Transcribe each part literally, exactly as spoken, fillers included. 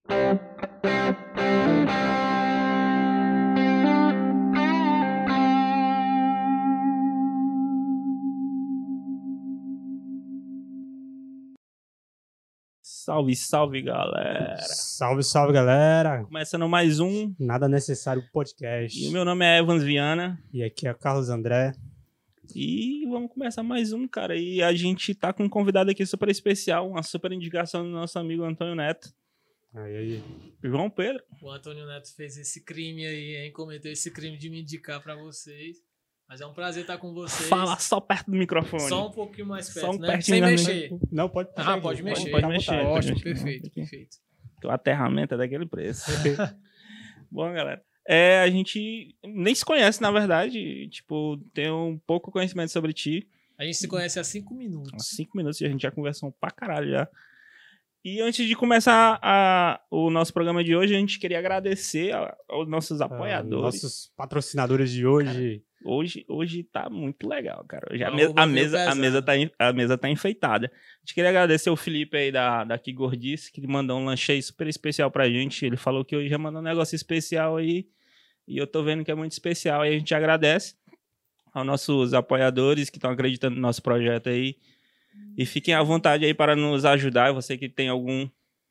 Salve, salve, galera. Salve, salve, galera. Começando mais um Nada Necessário Podcast. E o meu nome é Evans Viana. E aqui é Carlos André. E vamos começar mais um, cara. E a gente tá com um convidado aqui super especial, uma super indicação do nosso amigo Antônio Neto. Aí, aí. João Pedro. O Antônio Neto fez esse crime aí, hein? Cometeu esse crime de me indicar pra vocês. Mas é um prazer estar com vocês. Fala só perto do microfone. Só um pouquinho mais perto, Só um né? pertinho Sem da mexer. minha... Não, pode mexer. Ah, pode mexer. Pode mexer. Ótimo, pode mexer. perfeito, perfeito. O aterramento é daquele preço. Bom, galera. É, a gente nem se conhece, na verdade. Tipo, tem um pouco conhecimento sobre ti. A gente se conhece há cinco minutos. Há cinco minutos e a gente já conversou pra caralho já. E antes de começar a, o nosso programa de hoje, a gente queria agradecer a, aos nossos apoiadores. Ah, nossos patrocinadores de hoje. Cara, hoje, hoje tá muito legal, cara. Hoje a, Ah, me, a, mesa, a, pesado. mesa tá, a mesa tá enfeitada. A gente queria agradecer o Felipe aí da, da Que Gordice, que mandou um lanche aí super especial pra gente. Ele falou que hoje já mandou um negócio especial aí. E eu tô vendo que é muito especial. E a gente agradece aos nossos apoiadores que estão acreditando no nosso projeto aí. E fiquem à vontade aí para nos ajudar. Você que tem algum,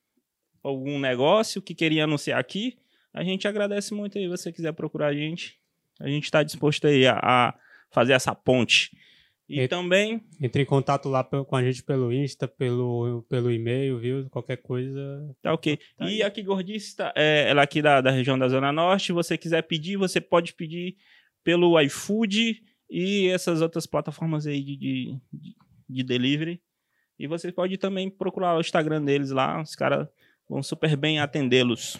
algum negócio que queria anunciar aqui, a gente agradece muito aí. Se você quiser procurar a gente, a gente está disposto aí a, a fazer essa ponte. E Entre, também... Entre em contato lá com a gente pelo Insta, pelo, pelo e-mail, viu? Qualquer coisa... Tá ok. Tá e aqui Gordice, tá, é, ela é aqui da, da região da Zona Norte. Se você quiser pedir, você pode pedir pelo iFood e essas outras plataformas aí de... de, de de delivery, e você pode também procurar o Instagram deles lá, os caras vão super bem atendê-los.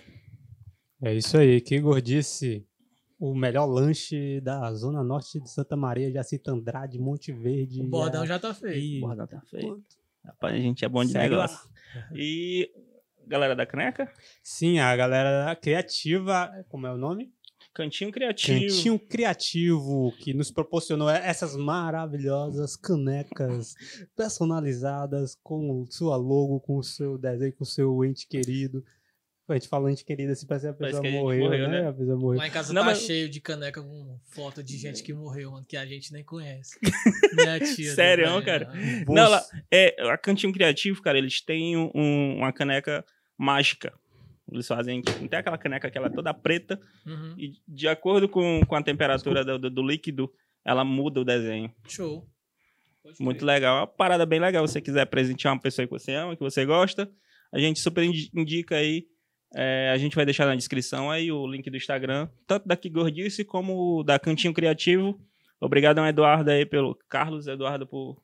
É isso aí, Que Gordice, o melhor lanche da Zona Norte de Santa Maria, Jacinto Andrade, Monte Verde. O bordão a... já tá feito. E... O bordão tá feito. Rapaz, a gente é bom de Segue negócio. lá. E galera da Caneca? Sim, a galera criativa, como é o nome? Cantinho Criativo. Cantinho Criativo, que nos proporcionou essas maravilhosas canecas personalizadas com sua logo, com o seu desenho, com o seu ente querido. A gente fala ente querido assim, parece que a pessoa que a gente morreu, morreu, né? né? A pessoa morreu. Lá em casa Não, tá mas- cheio de caneca com foto de gente que morreu, mano, que a gente nem conhece. Minha tia. Sério, também, cara? né? Não, ela, é, a Cantinho Criativo, cara, eles têm um- uma caneca mágica. Eles fazem, não tem aquela caneca que ela é toda preta, Uhum. e de acordo com, com a temperatura do, do, do líquido, ela muda o desenho. Show. Pode Muito crer. legal, é uma parada bem legal. Se você quiser presentear uma pessoa que você ama, que você gosta, a gente super indi- indica aí. É, a gente vai deixar na descrição aí o link do Instagram, tanto da Que Gordice como da Cantinho Criativo. Obrigado ao Eduardo aí, pelo Carlos Eduardo, por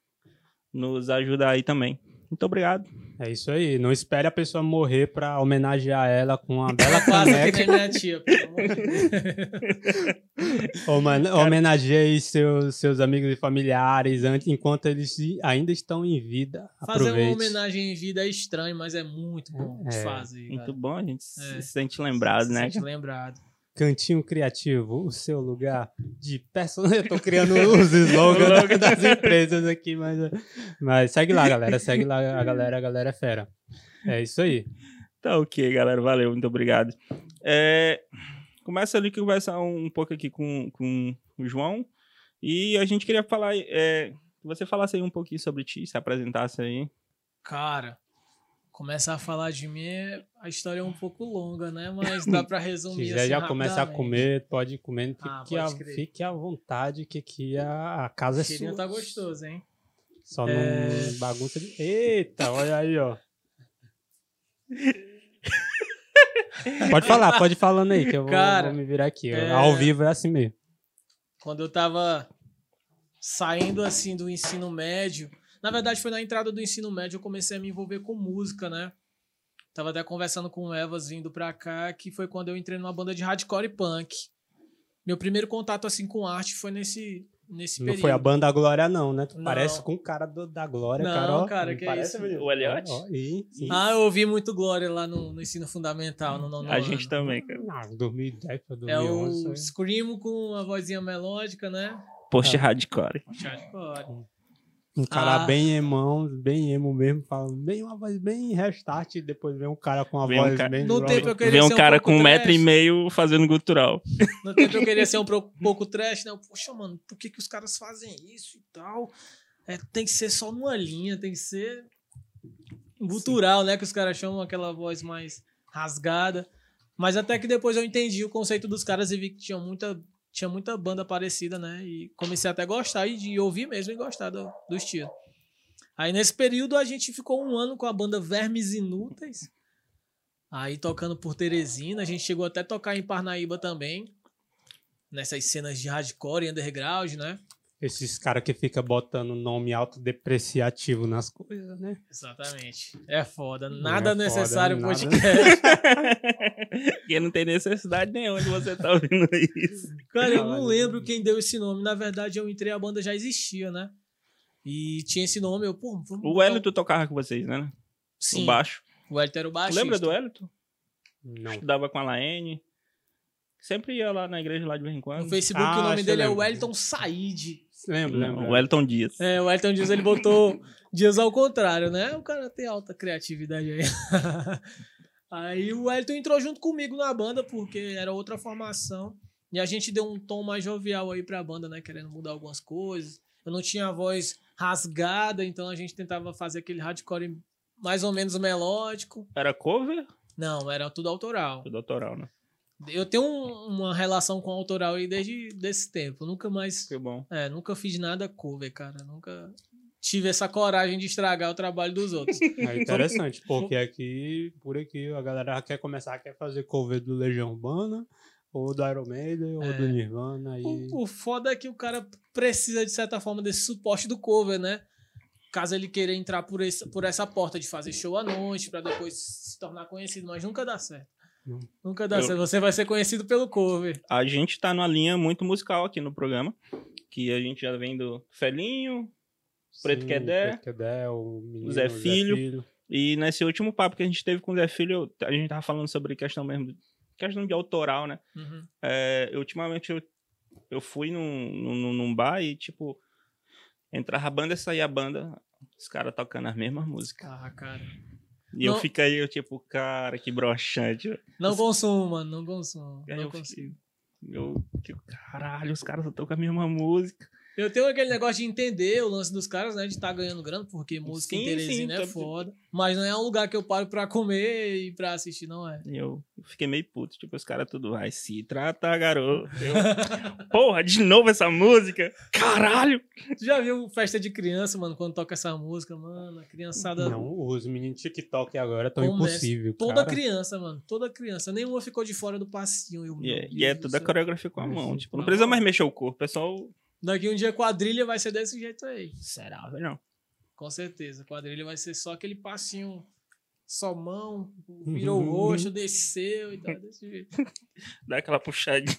nos ajudar aí também. Muito obrigado. É isso aí. Não espere a pessoa morrer pra homenagear ela com uma bela Quase que caneca. nem minha tia, pelo amor de Deus. Homen- Homenageie seus, seus amigos e familiares antes, enquanto eles ainda estão em vida. Fazer uma Aproveite. homenagem em vida é estranho, mas é muito bom de É, fazer. Muito cara. bom, a gente É. se sente lembrado, Se né? sente lembrado. Cantinho Criativo, o seu lugar de personagem. Eu tô criando os slogans da- das empresas aqui, mas, mas segue lá, galera. Segue lá a galera, a galera é fera. É isso aí. Tá ok, galera. Valeu, muito obrigado. É, começa ali que conversar um, um pouco aqui com, com o João. E a gente queria falar, é, que você falasse aí um pouquinho sobre ti, se apresentasse aí. Cara, começar a falar de mim, a história é um pouco longa, né? Mas dá pra Se resumir quiser assim já começar a rapidamente. comer, pode ir comendo. Fique, Ah, pode à, crer. fique à vontade, que aqui a, a casa O é cheirinho sua. tá gostoso, hein? Só É. não bagunça de... Eita, olha aí, ó. Pode falar, pode ir falando aí, que eu vou, Cara, vou me virar aqui. é- Ao vivo é assim mesmo. Quando eu tava saindo assim do ensino médio, na verdade foi na entrada do ensino médio eu comecei a me envolver com música, né? Tava até conversando com o Evas vindo pra cá, que foi quando eu entrei numa banda de hardcore e punk. Meu primeiro contato assim com arte foi nesse nesse Não período. foi a banda Glória, não, né? Tu Não. parece com o cara do- da Glória, Não, cara. ó. cara, Não que parece, isso? menino? O Elliot? Ó, ó, e- e- Ah, eu ouvi muito Glória lá no, no ensino fundamental, no nono A ano. gente também, cara. Não, dois mil e dez pra É dois mil e onze. o isso aí. Screamo com a vozinha melódica, né? Post Ah. hardcore. Hardcore. Um cara Ah. bem emão, bem emo mesmo, falando bem uma voz bem restart, e depois vem um cara com uma Vem um voz ca- bem... No tempo eu queria Vê um ser um cara pouco com um metro e trash. meio fazendo gutural. No tempo eu queria ser um pro- pouco trash, né? Eu, Poxa, mano, por que, que os caras fazem isso e tal? É, tem que ser só numa linha, tem que ser gutural, né? Que os caras chamam aquela voz mais rasgada. Mas até que depois eu entendi o conceito dos caras e vi que tinha muita, tinha muita banda parecida, né? E comecei até a gostar e de ouvir mesmo e gostar do, do estilo. Aí nesse período a gente ficou um ano com a banda Vermes Inúteis. Aí tocando por Teresina, a gente chegou até a tocar em Parnaíba também. Nessas cenas de hardcore e underground, né? Esses caras que ficam botando nome autodepreciativo nas coisas, né? Exatamente. É foda. Não Nada é foda, necessário nada. podcast. Porque não tem necessidade nenhuma de você estar ouvindo isso. Cara, eu não Caralho. lembro quem deu esse nome. Na verdade, eu entrei, a banda já existia, né? E tinha esse nome, eu, pô, vamos O botar Wellington tocava com vocês, né? Sim, O baixo. o Wellington era o Tu baixista. lembra do Wellington? Não. Estudava com a Laene. Sempre ia lá na igreja lá de vez em No quando. Facebook Ah, o nome acho que dele eu é lembro. Wellington Said. Lembro, Não, lembro. o Wellington Dias. É, o Wellington Dias, ele botou Dias ao contrário, né? O cara tem alta criatividade aí. Aí o Wellington entrou junto comigo na banda, porque era outra formação. E a gente deu um tom mais jovial aí pra banda, né? Querendo mudar algumas coisas. Eu não tinha a voz rasgada, então a gente tentava fazer aquele hardcore mais ou menos melódico. Era cover? Não, era tudo autoral. Do doutoral, né? Eu tenho um- uma relação com autoral aí desde desse tempo. Eu nunca mais... Que bom. É, nunca fiz nada cover, cara. Nunca tive essa coragem de estragar o trabalho dos outros. É interessante, porque aqui, por aqui, a galera quer começar, quer fazer cover do Legião Urbana, ou do Iron Maiden, ou É. do Nirvana. E... O, o foda é que o cara precisa, de certa forma, desse suporte do cover, né? Caso ele queira entrar por, esse, por essa porta de fazer show à noite, pra depois se tornar conhecido, mas nunca dá certo. Não. Nunca dá Eu- certo. Você vai ser conhecido pelo cover. A gente tá numa linha muito musical aqui no programa. Que a gente já vem do Felinho. Preto Sim, Quedé, Preto Quedé, o menino, Zé Filho. E nesse último papo que a gente teve com o Zé Filho, a gente tava falando sobre questão mesmo, questão de autoral, né? Uhum. É, eu, ultimamente eu, eu fui num, num, num bar e, tipo, entrava a banda e saía a banda, os caras tocando as mesmas músicas. Ah, cara. E Não- eu fiquei, eu, tipo, cara, que broxante. Não consumo, mano. Não consumo. Aí Não eu consigo. Eu, tipo, caralho, os caras só tocam a mesma música. Eu tenho aquele negócio de entender o lance dos caras, né? De estar ganhando grana, porque música em Sim, Teresina sim, é tá- foda. Mas não é um lugar que eu paro pra comer e pra assistir, não é. E eu fiquei meio puto, tipo, os caras tudo, vai se tratar, garoto. Eu, porra, de novo essa música? Caralho! Tu já viu festa de criança, mano, quando toca essa música, mano? A criançada... Não, os meninos TikTok agora tão Começa. impossível, Toda cara. criança, mano. Toda criança. Nenhuma ficou de fora do passinho. Eu, E é, meu e é Deus do tudo a céu. coreografia com a mão, Uhum. tipo, não precisa mais mexer o corpo, é só o... Daqui um dia quadrilha vai ser desse jeito aí. Será, não? Com certeza. Quadrilha vai ser só aquele passinho, só mão, virou o rosto, desceu e tal, desse jeito. Dá aquela puxadinha.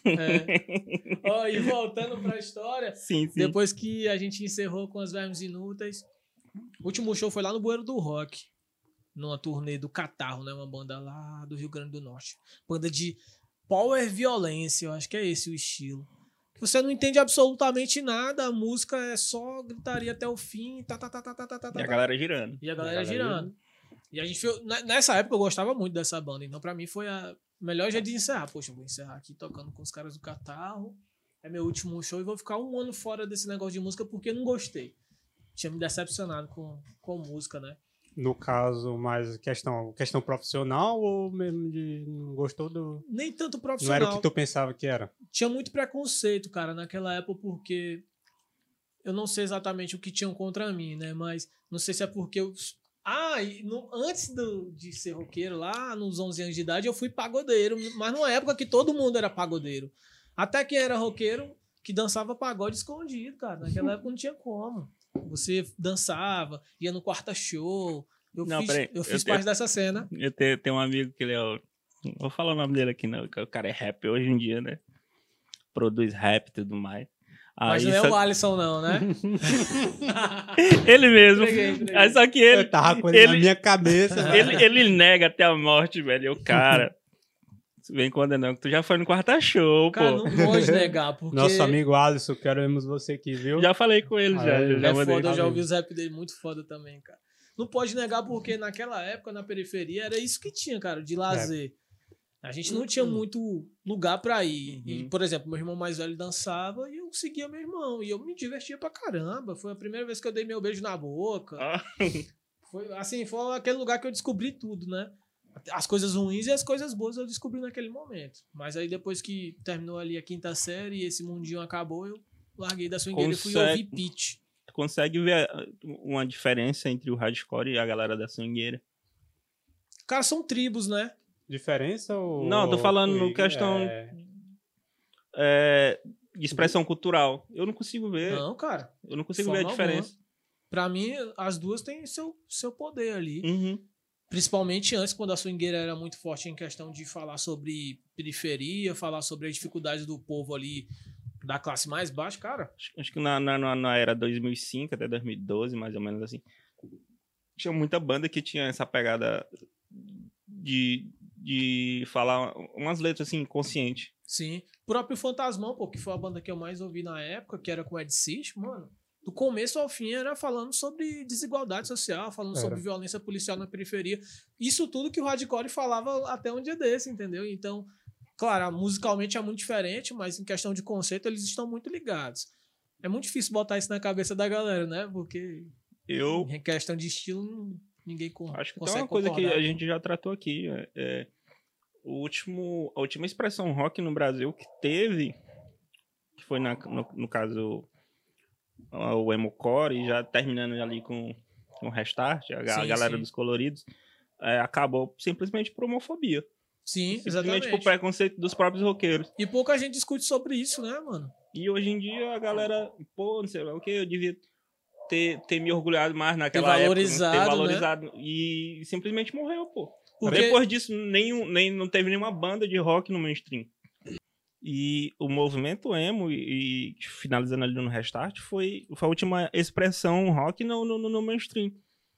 É. Ó, e voltando pra história, Sim, sim. depois que a gente encerrou com as Vermes Inúteis, o último show foi lá no Bueiro do Rock, numa turnê do Catarro, né? Uma banda lá do Rio Grande do Norte. Banda de power violência, eu acho que é esse o estilo. Você não entende absolutamente nada, a música é só gritaria até o fim, tá, tá, tá, tá, tá, tá, tá, E a tá. galera girando. E a galera A galera girando. E a gente foi, na- nessa época eu gostava muito dessa banda, então pra mim foi a melhor jeito de encerrar. Poxa, eu vou encerrar aqui tocando com os caras do Catarro, é meu último show e vou ficar um ano fora desse negócio de música porque eu não gostei. Tinha me decepcionado com, com música, né? No caso, mais questão, questão profissional ou mesmo de não gostou do... Nem tanto Não profissional. era o que tu pensava que era? Tinha muito preconceito, cara, naquela época, porque eu não sei exatamente o que tinham contra mim, né? Mas não sei se é porque eu. Ah, e no- antes do- de ser roqueiro, lá nos onze anos de idade, eu fui pagodeiro, mas numa época que todo mundo era pagodeiro. Até quem era roqueiro que dançava pagode escondido, cara. Naquela época não tinha como. Você dançava, ia no quarta show. Eu Não, fiz, peraí, eu fiz eu- parte eu- dessa cena. Eu tenho, tenho um amigo que ele é o... Não vou falar o nome dele aqui, não. que O cara é rap hoje em dia, né? Produz rap e tudo mais. Mas Aí não é só- o Alisson, não, né? Ele mesmo. Entreguei, entreguei. Aí só que ele, Eu tava com ele, na ele- minha cabeça. ele, ele nega até a morte, velho. E o cara... Vem condenando que tu já foi no quarta show, Cara, pô. não pode negar, porque... Nosso amigo Alisson, queremos você aqui, viu? Já falei com ele, Ah, já. é? já É mandei. foda, eu já ouvi os rap dele, muito foda também, cara. Não pode negar porque naquela época, na periferia, era isso que tinha, cara, de lazer. A gente não tinha muito lugar pra ir. E, Uhum. por exemplo, meu irmão mais velho dançava e eu seguia meu irmão. E eu me divertia pra caramba. Foi a primeira vez que eu dei meu beijo na boca. Ah. Foi, assim, foi aquele lugar que eu descobri tudo, né? As coisas ruins e as coisas boas eu descobri naquele momento. Mas aí depois que terminou ali a quinta série e esse mundinho acabou, eu larguei da swingueira e fui Consegue- ouvir Pitch. Tu consegue ver uma diferença entre o hardcore e a galera da swingueira? Cara, são tribos, né? Diferença ou... Não, tô falando ou- no questão- é, É, de expressão cultural. Eu não consigo ver. Não, cara. Eu não consigo Forma ver a diferença. Pra mim, as duas têm seu, seu poder ali. Uhum. Principalmente antes, quando a swingueira era muito forte em questão de falar sobre periferia, falar sobre as dificuldades do povo ali da classe mais baixa, cara. Acho, acho que na, na, na era dois mil e cinco até dois mil e doze, mais ou menos assim, tinha muita banda que tinha essa pegada de, de falar umas letras assim, inconscientes. Sim. O próprio Fantasmão, pô, que foi a banda que eu mais ouvi na época, que era com o Ed Sitch, mano. Do começo ao fim era falando sobre desigualdade social, falando Era. sobre violência policial na periferia. Isso tudo que o hardcore falava até um dia desse, entendeu? Então, claro, musicalmente é muito diferente, mas em questão de conceito eles estão muito ligados. É muito difícil botar isso na cabeça da galera, né? Porque Eu em questão de estilo, ninguém con acho que tem consegue uma coisa que concordar. a gente já tratou aqui. É, é, o último, a última expressão rock no Brasil que teve, que foi na, no, no caso o emocore, e já terminando ali com, com o restart, a, ga- Sim, a galera sim. dos coloridos, é, acabou simplesmente por homofobia. Sim, Simplesmente exatamente. por preconceito dos próprios roqueiros. E pouca gente discute sobre isso, né, mano? E hoje em dia a galera, pô, não sei lá o que, eu devia ter, ter me orgulhado mais naquela Ter valorizado, época. Ter né? valorizado. E simplesmente morreu, pô. Porque- Depois disso, nenhum, nem, não teve nenhuma banda de rock no mainstream. E o movimento emo, e, e finalizando ali no restart, foi, foi a última expressão rock no, no, no mainstream.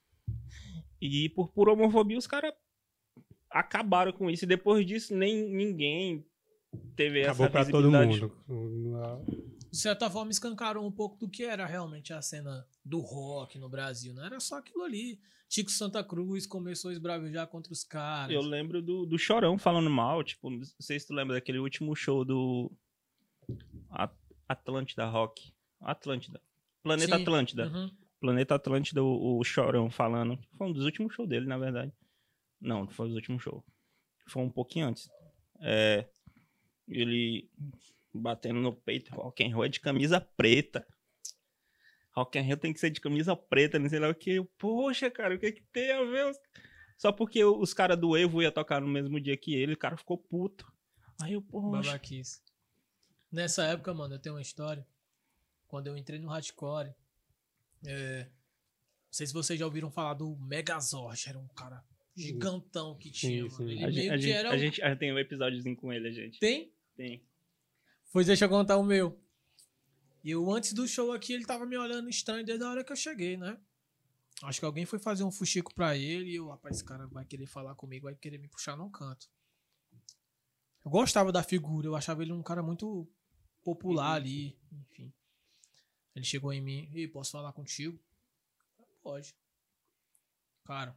E por pura homofobia, os caras acabaram com isso. E depois disso, nem ninguém teve Acabou essa pra todo visibilidade. mundo. De certa forma, escancarou um pouco do que era realmente a cena do rock no Brasil. Não era só aquilo ali. Tico Santa Cruz começou a esbravejar contra os caras. Eu lembro do, do Chorão falando mal, tipo, não sei se tu lembra daquele último show do A- Atlântida Rock. Atlântida. Planeta Sim. Atlântida. Uhum. Planeta Atlântida, o, o Chorão falando. Foi um dos últimos shows dele, na verdade. Não, não foi os últimos shows. Foi um pouquinho antes. É, ele batendo no peito, rock and roll é de camisa preta. Rock and roll tem que ser de camisa preta, não sei lá o que. Poxa, cara, o que que tem a ver? Só porque os caras do Evo iam tocar no mesmo dia que ele, o cara ficou puto. Aí eu, poxa. Babaquice. Nessa época, mano, eu tenho uma história. Quando eu entrei no hardcore, é, não sei se vocês já ouviram falar do Megazord. Era um cara gigantão que tinha, Sim, mano. sim. Ele A gente, meio a, que gente, era a, um- gente, a gente tem um episódiozinho com ele, a gente. Tem? Tem. Pois deixa eu contar o meu. E eu, antes do show aqui, ele tava me olhando estranho desde a hora que eu cheguei, né? Acho que alguém foi fazer um fuxico pra ele e eu, rapaz, esse cara vai querer falar comigo, vai querer me puxar num canto. Eu gostava da figura, eu achava ele um cara muito popular ali, enfim. Ele chegou em mim, e posso falar contigo? Pode. Cara,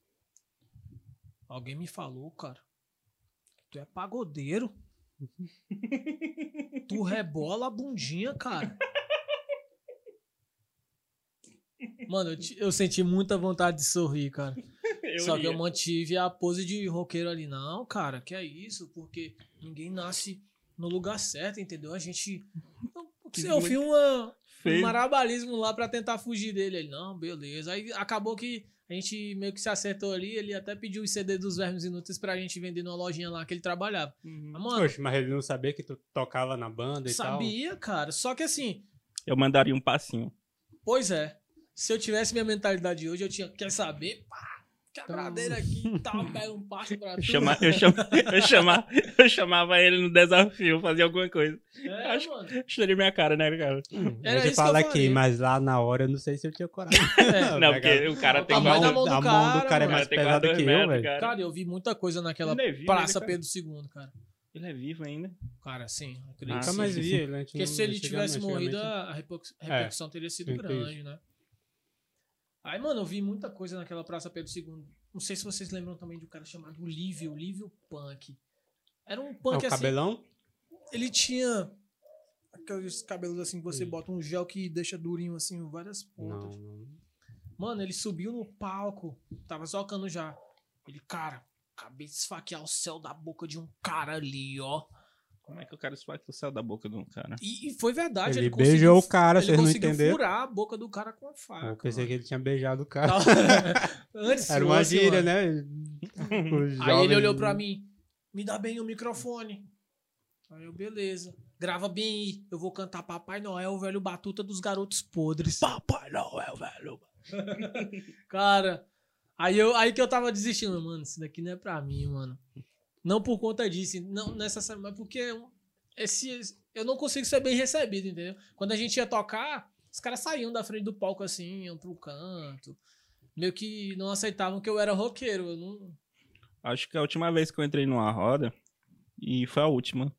alguém me falou, cara, que tu é pagodeiro. Tu rebola a bundinha, cara. Mano, eu, ti- eu senti muita vontade de sorrir, cara. Eu Só que eu ria. mantive a pose de roqueiro ali. Não, cara, que é isso? Porque ninguém nasce no lugar certo, entendeu? A gente... Eu fiz uma, um Fez. marabalismo lá pra tentar fugir dele. Ele, não, beleza. Aí acabou que a gente meio que se acertou ali. Ele até pediu os C D dos Vermes Inúteis pra gente vender numa lojinha lá que ele trabalhava. Uhum. Mas, mano, Poxa, mas ele não sabia que tu tocava na banda e tal? sabia, cara. Só que assim, Eu mandaria um passinho. pois é. Se eu tivesse minha mentalidade hoje, eu tinha, quer saber? Pá, quebradeira aqui e tal, pega um passo pra tu. Eu, chama, eu, chama, eu, chamava, eu chamava ele no desafio, fazia alguma coisa. É, Acho mano. Estaria minha cara, né, cara? Era a gente isso fala que eu aqui, faria. mas lá na hora eu não sei se eu tinha coragem. Não, porque o cara Não, tem tá mais igual... na mão do a mão cara, do cara é mano. mais Tem quase pesada dois que eu, metros, velho. cara. Cara, eu vi muita coisa naquela Ele é vivo, Praça né, cara? Pedro segundo, cara. Ele é vivo ainda. Cara, sim, eu Ah, acredito. Nunca sim, mais sim, vi sim. ele. né? Porque se ele Antigamente- tivesse morrido, antigamente- a repercu- repercussão teria sido sim, grande, né? Aí, mano, eu vi muita coisa naquela Praça Pedro segundo. Não sei se vocês lembram também de um cara chamado Lívio, Lívio Punk. Era um Ah, punk o assim. cabelão? Ele tinha aqueles cabelos assim que você bota um gel que deixa durinho assim, várias pontas. Não, não. Mano, ele subiu no palco, tava socando já. Ele, cara, acabei de esfaquear o céu da boca de um cara ali, ó. Como é que o cara esfaqueia o céu da boca de um cara? E, e foi verdade, Ele ele, beijou conseguiu, o cara, ele vocês não conseguiu entenderam? furar a boca do cara com a faca. Eu pensei mano. que ele tinha beijado o cara. Antes Era uma fosse, gíria, mano. né? Os Aí ele jovens- olhou pra mim, me dá bem o microfone. Aí eu, beleza. Grava bem aí, eu vou cantar Papai Noel, o velho batuta dos garotos podres. Papai Noel, velho. Cara, aí, eu, aí que eu tava desistindo, mano, isso daqui não é pra mim, mano. Não por conta disso, não necessariamente, mas porque esse, eu não consigo ser bem recebido, entendeu? Quando a gente ia tocar, os caras saíam da frente do palco assim, iam pro canto. Meio que não aceitavam que eu era roqueiro. Eu não... Acho que a última vez que eu entrei numa roda, e foi a última,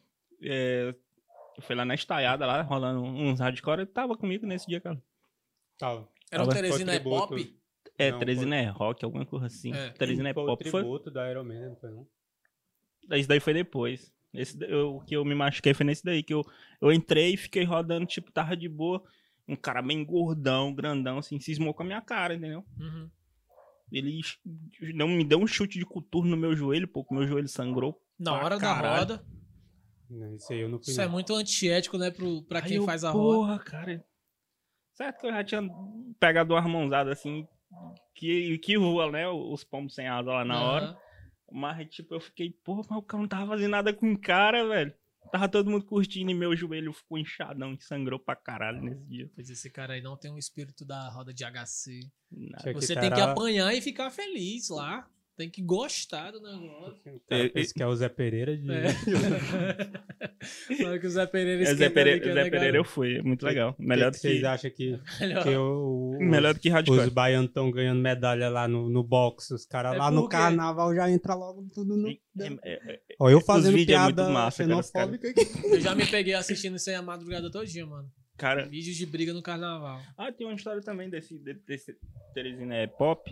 é, foi lá na estaiada, lá, rolando uns hardcore, ele tava comigo nesse dia, cara. Tava. Era um Tava- Teresina é foi tributo. pop? É, Não, Teresina é rock, alguma coisa assim. É. Teresina é Foi o pop. Foi, tributo da Iron Man, não foi não? isso daí foi depois. Esse, da- eu, o que eu me machuquei foi nesse daí, que eu, eu entrei e fiquei rodando, tipo, tava de boa. Um cara bem gordão, grandão, assim, cismou com a minha cara, entendeu? Uhum. Ele ch- não me deu um chute de coturno no meu joelho, pô, que meu joelho sangrou. Na pra hora caralho. da roda. Não, isso aí eu não fui. Isso é não. muito antiético, né, pro, pra Aí quem eu, faz a roda. Porra, cara. Certo que eu já tinha pegado uma mãozada assim, que, que voa, né? Os pombos sem asa lá na Aham. hora. Mas, tipo, eu fiquei, porra, mas o cara não tava fazendo nada com o cara, velho. Tava todo mundo curtindo e meu joelho ficou inchadão e sangrou pra caralho nesse dia. Pois esse cara aí não tem um espírito da roda de H C. Nada. Tinha que Você tá tem que era- apanhar e ficar feliz lá. Tem que gostar do negócio. O cara É, pensa que é o Zé Pereira de. É. Olha que o Zé Pereira É, Zé esquenta Pereira, ali, que é Zé legal. Pereira eu fui, é muito legal. Melhor que do vocês que, acham que, Melhor. que o, os, melhor do que os hardcore. baianos estão ganhando medalha lá no, no boxe? Os caras É lá no porque- carnaval já entra logo tudo no. É, é, é, Ó, eu fazendo vídeos é muito piada massa, cara, os xenofóbica aqui. Eu já me peguei assistindo isso aí a madrugada todinha, mano. cara, Vídeos de briga no carnaval. ah, tem uma história também desse, de- desse Teresina é pop.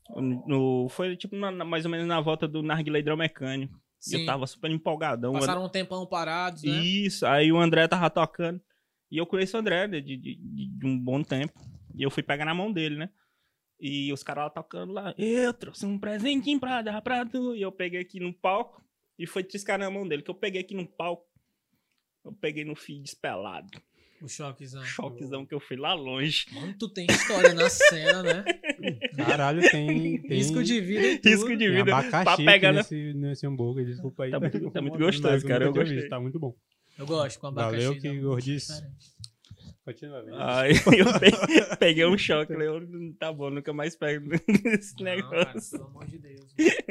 No, foi tipo na- na- mais ou menos na volta do narguilé hidromecânico. E Sim. eu tava super empolgadão. Passaram um tempão parados, né? Isso, aí o André tava tocando. E eu conheço o André né, de, de, de, de um bom tempo. E eu fui pegar na mão dele, né? E os caras lá tocando lá. Eu trouxe um presentinho pra dar pra tu. E eu peguei aqui no palco. E foi triscar na mão dele. Que eu peguei aqui no palco. Eu peguei no fio despelado. O choquezão. Choquezão que eu fui lá longe. Mano, tu tem história na cena, né? Caralho, tem. tem Risco de vida e tudo. Risco de tem vida. abacaxi Pra aqui pegar, né? nesse, nesse hambúrguer, desculpa aí. Tá muito- tá muito Mas gostoso, eu cara, eu nunca tinha gostei. visto, Tá muito bom. Eu gosto com abacaxi. Valeu, que dá um gordice. gosto diferente. Continua, velho. Aí eu peguei, peguei um choque. Falei, eu, tá bom, nunca mais pego esse Não, cara, negócio. pelo amor de Deus.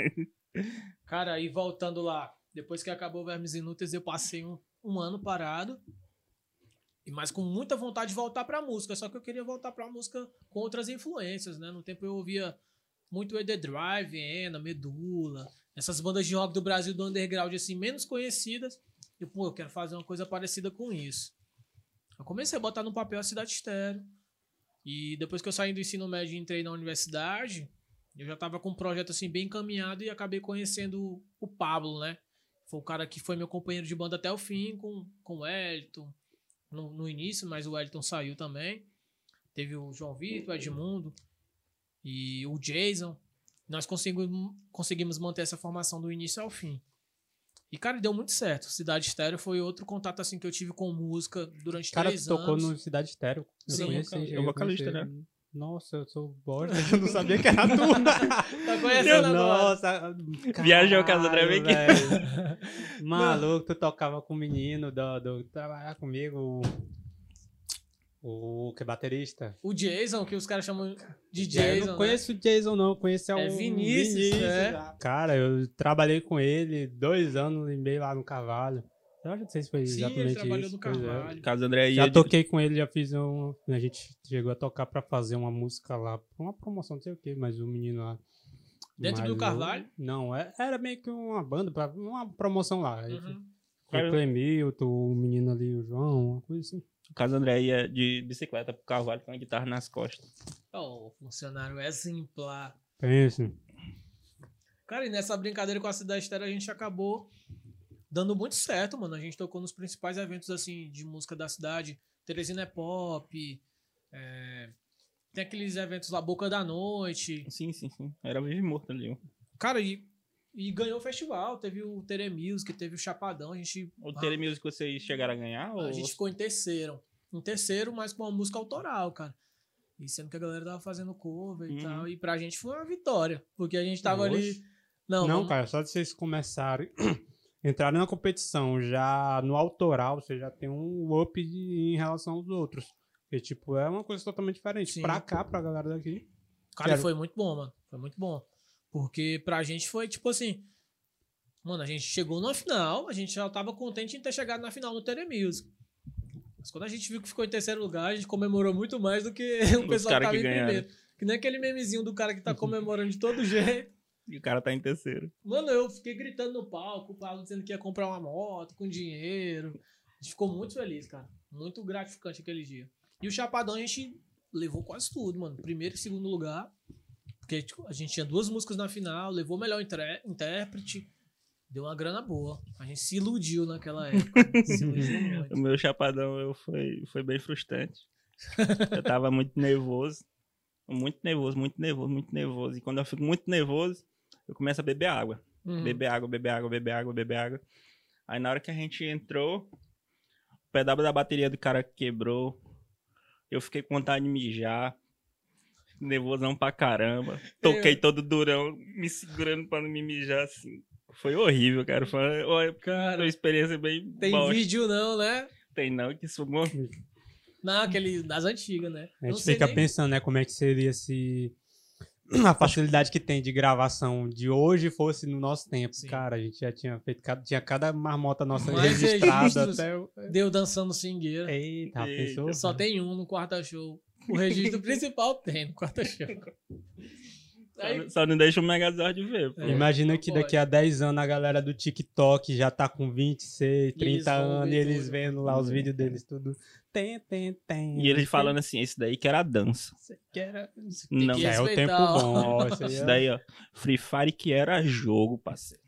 Cara, aí voltando lá, depois que acabou o Vermes Inúteis, eu passei um, um ano parado. E mas com muita vontade de voltar pra música. Só que eu queria voltar pra música com outras influências, né? No tempo eu ouvia muito The Drive, Ena, Medula, essas bandas de rock do Brasil do underground, assim, menos conhecidas. E, pô, eu quero fazer uma coisa parecida com isso. Eu comecei a botar no papel a Cidade Estéreo. E depois que eu saí do ensino médio e entrei na universidade, eu já tava com um projeto assim bem encaminhado e acabei conhecendo o Pablo, né? Foi o cara que foi meu companheiro de banda até o fim, com, com o Wellington, no, no início, mas o Wellington saiu também. Teve o João Vitor, o Edmundo e o Jason. Nós conseguimos, conseguimos manter essa formação do início ao fim. E, cara, deu muito certo. Cidade Estéreo foi outro contato assim que eu tive com música durante O cara três tocou anos. no Cidade Estéreo. Eu Sim, conheci, é o cheguei a vocalista, conhecer. né? Nossa, eu sou bosta. Eu não sabia que era tu. Tá conhecendo agora? Nossa. Viajou com as André caralho, Biquim. velho. Maluco, tu tocava com o menino do, do trabalhar comigo. O, O que é baterista? O Jason, que os caras chamam de Eu Jason, não conheço o Jason, não. Eu conheço É o Vinícius, é. já. Cara, eu trabalhei com ele dois anos e meio lá no Carvalho. Eu não sei se foi Sim, exatamente ele trabalhou isso. no pois é. Carvalho. Caso André Já ia de- toquei com ele, já fiz um... A gente chegou a tocar pra fazer uma música lá. Uma promoção, não sei o que, mas o menino lá... Dentro Mas do eu- Carvalho? Não, é- era meio que uma banda, pra, uma promoção lá. Aí Uhum. foi o Clemilton, o menino ali, o João, uma coisa assim. O Caso André ia de bicicleta pro Carvalho com a guitarra nas costas. Oh, o funcionário exemplar. Pensa. Cara, e nessa brincadeira com a Cidade Estéreo a gente acabou dando muito certo, mano. A gente tocou nos principais eventos, assim, de música da cidade. Teresina é Pop, é... tem aqueles eventos lá, Boca da Noite. Sim, sim, sim. Era vivo e morto ali. ó. Cara, e, e ganhou o festival. Teve o Tere Music, teve o Chapadão. A gente, O Tere Music vocês chegaram a ganhar? a ou... gente ficou em terceiro. Em terceiro, mas com uma música autoral, cara. E sendo que a galera tava fazendo cover Uhum. e tal. E pra gente foi uma vitória. Porque a gente tava ali... Oxe. Não, Não, vamos- cara, só de vocês começarem, entrarem na competição já no autoral, você já tem um up de- em relação aos outros. Porque, tipo, é uma coisa totalmente diferente. Sim. Pra cá, pra galera daqui. Cara, Quero. foi muito bom, mano. Foi muito bom. Porque pra gente foi tipo assim. Mano, a gente chegou na final, a gente já tava contente em ter chegado na final no Tere Music. Mas quando a gente viu que ficou em terceiro lugar, a gente comemorou muito mais do que o Os pessoal que cara tava que em ganharam. primeiro. Que nem aquele memezinho do cara que tá comemorando de todo jeito. E o cara tá em terceiro. Mano, eu fiquei gritando no palco, o Paulo dizendo que ia comprar uma moto com dinheiro. A gente ficou muito feliz, cara. Muito gratificante aquele dia. E o Chapadão a gente levou quase tudo, mano. Primeiro e segundo lugar. Porque tipo, a gente tinha duas músicas na final, levou o melhor intré- intérprete. Deu uma grana boa. A gente se iludiu naquela época. Se iludiu O muito. meu chapadão eu foi, foi bem frustrante. Eu tava muito nervoso. Muito nervoso, muito nervoso, muito nervoso. E quando eu fico muito nervoso, eu começo a beber água. Uhum. Beber água, beber água, beber água, beber água. Aí na hora que a gente entrou, o pedal da bateria do cara quebrou. Eu fiquei com vontade de mijar. Nervosão pra caramba. Toquei todo durão, me segurando pra não me mijar assim. Foi horrível, cara. Foi uma, Cara, uma experiência bem tem bosta. vídeo não, né? Tem não, que isso foi... Não, aquele das antigas, né? A Não gente sei fica nem- pensando, né, como é que seria se a facilidade que tem de gravação de hoje fosse no nosso tempo. Sim. Cara, a gente já tinha feito, cada- tinha cada marmota nossa Mais registrada registros. até o... Deu dançando swingueira. Eita, Eita. pensou? Só tem um no quarta show. O registro principal tem no quarta show. Só, Aí, não- só não deixa o Megazord ver, pô. É. Imagina não que pode. daqui a dez anos a galera do TikTok já tá com vinte e seis, E eles trinta vão anos ver e eles tudo. vendo lá os É. vídeos deles tudo. Tem, tem, tem. E ele falando assim, esse daí que era dança. Que era... Não, que Já é o tempo respeitar, ó. bom, ó. Isso aí isso é- daí, ó. Free Fire que era jogo, parceiro.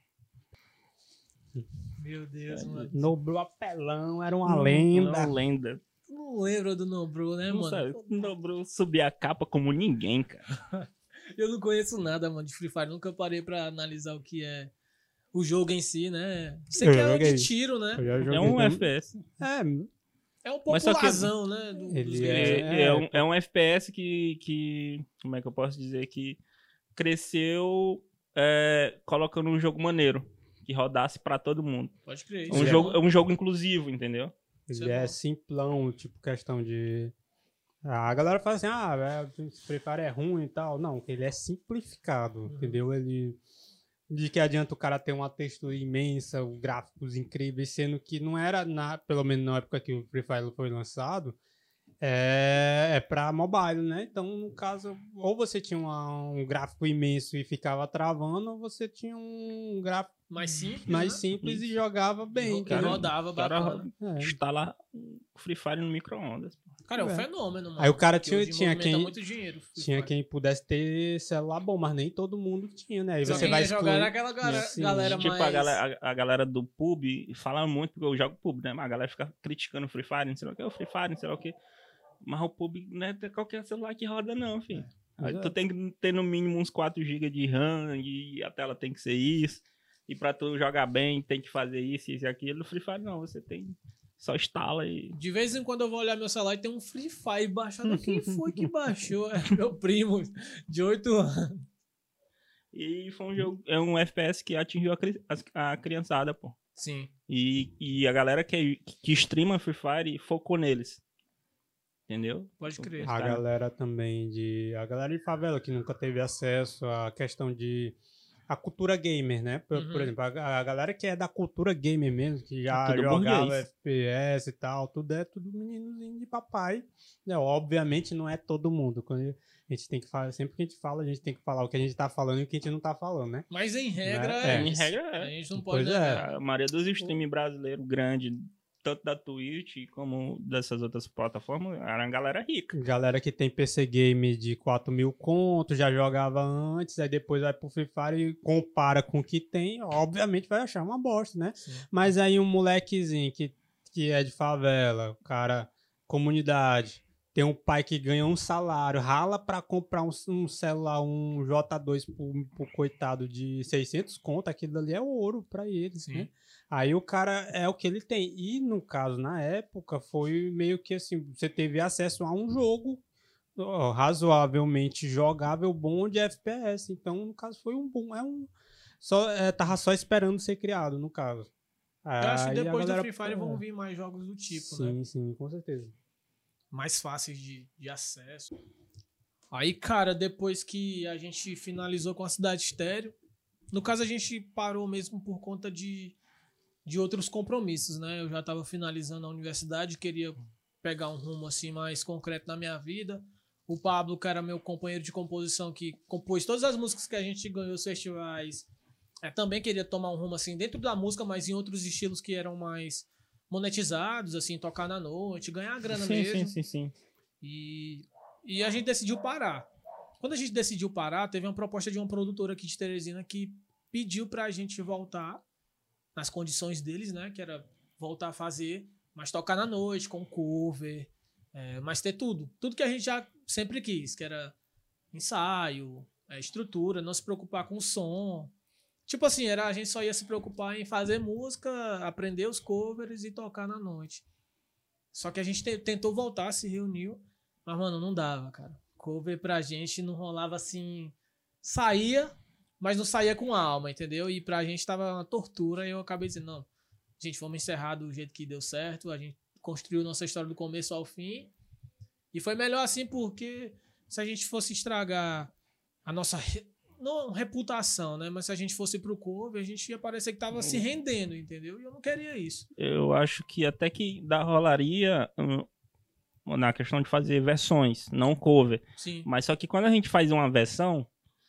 meu Deus, mano. Nobru Apelão era uma lenda. Uma lenda. Não lembra do Nobru, né, Não mano? sabe, dobrou, subir a capa como ninguém, cara. Eu não conheço nada, mano, de Free Fire. Nunca parei pra analisar o que é o jogo em si, né? Sei Eu que é joguei. de tiro, né? Eu já joguei É um também. F P S. É, É um Mas só que- popularzão, né? do- dos Ele games. É, É, é um, é um F P S que, que. Como é que eu posso dizer? Que cresceu é, colocando um jogo maneiro. Que rodasse pra todo mundo. Pode crer. É isso um, é jogo, bom. é um jogo inclusivo, entendeu? Isso Ele é é, bom. simplão, tipo, questão de... Ah, a galera fala assim, ah, é, o Free Fire é ruim e tal. Não, ele é simplificado, Uhum. entendeu? Ele... De que adianta o cara ter uma textura imensa, gráficos incríveis, sendo que não era, na, pelo menos na época que o Free Fire foi lançado, é, é pra mobile, né? Então, no caso, ou você tinha uma- um gráfico imenso e ficava travando, ou você tinha um gráfico Mais simples, mais né? simples e jogava bem. Que cara. entendeu? rodava O cara bacana. É. instala Free Fire no micro-ondas. Cara, é um É. fenômeno, mano. Aí o cara porque tinha- hoje tinha movimenta quem- muito dinheiro. Free Tinha Fire. quem pudesse ter celular bom, mas nem todo mundo tinha, né? Aí Só você quem vai ia jogar excluir... era aquela galera, Sim. galera Tipo, mais... a galera, a, a galera do pub fala muito, porque eu jogo pub, né? Mas a galera fica criticando o Free Fire, não sei lá o que, o Free Fire, não sei lá o que. Mas o pub não é qualquer celular que roda, não, filho. Aí Mas tu é. tem que ter no mínimo uns quatro gigas de RAM e a tela tem que ser isso. E pra tu jogar bem, tem que fazer isso, isso e aquilo. No Free Fire, não, você tem. Só instala e. De vez em quando eu vou olhar meu celular e tem um Free Fire baixado. Quem foi que baixou? É meu primo, de oito anos. E foi um jogo, é um F P S que atingiu a, cri- a, a criançada, pô. Sim. E, e a galera que, que streama Free Fire focou neles. Entendeu? Pode crer. A galera também de... A galera de favela que nunca teve acesso à questão de... A cultura gamer, né? Por, Uhum. por exemplo, a, a galera que é da cultura gamer mesmo, que já É tudo jogava burguês. F P S e tal, tudo é tudo meninozinho de papai. Né? Obviamente não é todo mundo. Quando a gente tem que falar, sempre que a gente fala, a gente tem que falar o que a gente tá falando e o que a gente não tá falando, né? Mas em regra Né? é, É. Em isso. regra é. A gente não Pois pode é. negar. A maioria dos streaming brasileiros grandes, tanto da Twitch como dessas outras plataformas, era uma galera rica. Galera que tem P C Game de quatro mil contos, já jogava antes, aí depois vai pro Free Fire e compara com o que tem, obviamente vai achar uma bosta, né? Sim. Mas aí um molequezinho que, que é de favela, o cara, comunidade, tem um pai que ganha um salário, rala pra comprar um, um celular, um J dois pro, pro coitado de seiscentos conto, aquilo ali é ouro pra eles, Sim. né? Aí o cara é o que ele tem. E no caso, na época, foi meio que assim, você teve acesso a um jogo ó, razoavelmente jogável, bom de F P S. Então, no caso, foi um bom. É um, só, é, tava só esperando ser criado, no caso. Eu acho que Aí a depois do galera- Free Fire é, vão vir mais jogos do tipo, Sim, né? sim, com certeza. Mais fáceis de, de acesso. Aí, cara, depois que a gente finalizou com a Cidade Estéreo, no caso a gente parou mesmo por conta de, de outros compromissos, né? Eu já tava finalizando a universidade, queria pegar um rumo assim mais concreto na minha vida. O Pablo, que era meu companheiro de composição, que compôs todas as músicas que a gente ganhou os festivais, é, também queria tomar um rumo assim dentro da música, mas em outros estilos que eram mais monetizados, assim, tocar na noite, ganhar grana Sim, mesmo. sim, sim, sim. E, e a gente decidiu parar. Quando a gente decidiu parar, teve uma proposta de uma produtora aqui de Teresina que pediu pra gente voltar nas condições deles, né? Que era voltar a fazer, mas tocar na noite, com cover, é, mas ter tudo. Tudo que a gente já sempre quis, que era ensaio, é, estrutura, não se preocupar com o som. Tipo assim, era, a gente só ia se preocupar em fazer música, aprender os covers e tocar na noite. Só que a gente te- tentou voltar, se reuniu, mas, mano, não dava, cara. Cover pra gente não rolava assim. Saía, mas não saía com alma, entendeu? E pra gente tava uma tortura e eu acabei dizendo, não, gente, vamos encerrar do jeito que deu certo. A gente construiu nossa história do começo ao fim. E foi melhor assim porque se a gente fosse estragar a nossa. Re... Não reputação, né? Mas se a gente fosse pro cover, a gente ia parecer que tava se rendendo, entendeu? E eu não queria isso. Eu acho que até que dá rolaria hum, na questão de fazer versões, não cover. Sim. Mas só que quando a gente faz uma versão,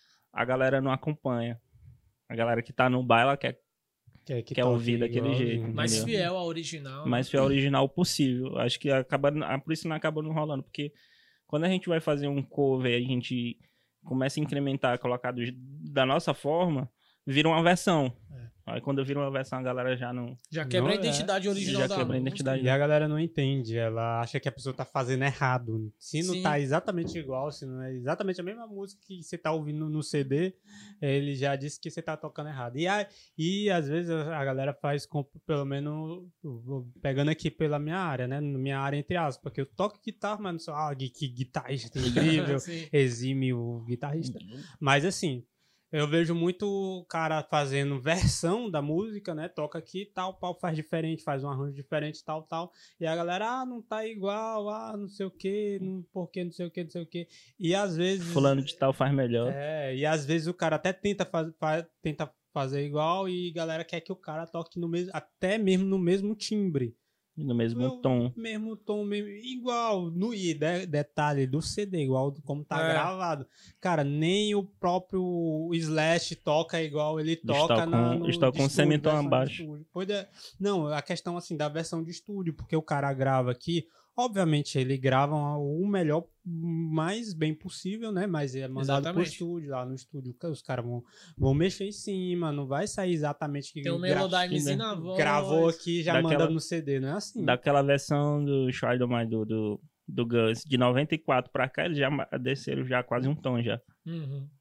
a galera não acompanha. A galera que tá no baile, ela quer, Que, que quer toque ouvir daquele igualzinho. jeito. Mais entendeu? fiel ao original. Mais fiel ao original possível. Acho que acaba, ah, por isso não acaba não rolando, porque quando a gente vai fazer um cover, a gente começa a incrementar, colocar do- da nossa forma, vira uma versão. É. Aí quando vira uma versão, a galera já não... Já quebra Não, a identidade é. original Já da quebra a música. identidade. E a galera não entende, ela acha que a pessoa tá fazendo errado. Se não Sim. tá exatamente igual, se não é exatamente a mesma música que você tá ouvindo no C D, ele já disse que você tá tocando errado. E, a, e às vezes a galera faz, com, pelo menos, vou pegando aqui pela minha área, né? Minha área entre aspas, porque eu toco guitarra, mas não sou, ah, que guitarrista incrível, Sim. exime o guitarrista. Mas assim, eu vejo muito cara fazendo versão da música, né? Toca aqui, tal, pau faz diferente, faz um arranjo diferente, tal, tal. E a galera, ah, não tá igual, ah, não sei o quê, não, porque não sei o quê, não sei o quê. E às vezes... Fulano de tal faz melhor. É, e às vezes o cara até tenta, faz, faz, tenta fazer igual e a galera quer que o cara toque no mesmo, até mesmo no mesmo timbre. No mesmo Eu- tom. Mesmo tom, mesmo, igual. No, e de- detalhe do C D, igual do- como tá É. gravado. Cara, nem o próprio Slash toca igual ele toca Está na, com- no está de com um estúdio, semittom versão de abaixo. estúdio. Pois é. Não, a questão assim da versão de estúdio, porque o cara grava aqui, obviamente ele grava o melhor, mais bem possível, né? Mas é mandado pro Exatamente. estúdio, lá no estúdio, os caras vão, vão mexer em cima, não vai sair exatamente que Tem um gra- melodynezinho né? na voz. gravou aqui e já Daquela- manda no C D, não é assim. Daquela versão do Child of Mine, do, do, do Guns, de noventa e quatro pra cá, eles já ma- desceram já quase um tom já. Uhum.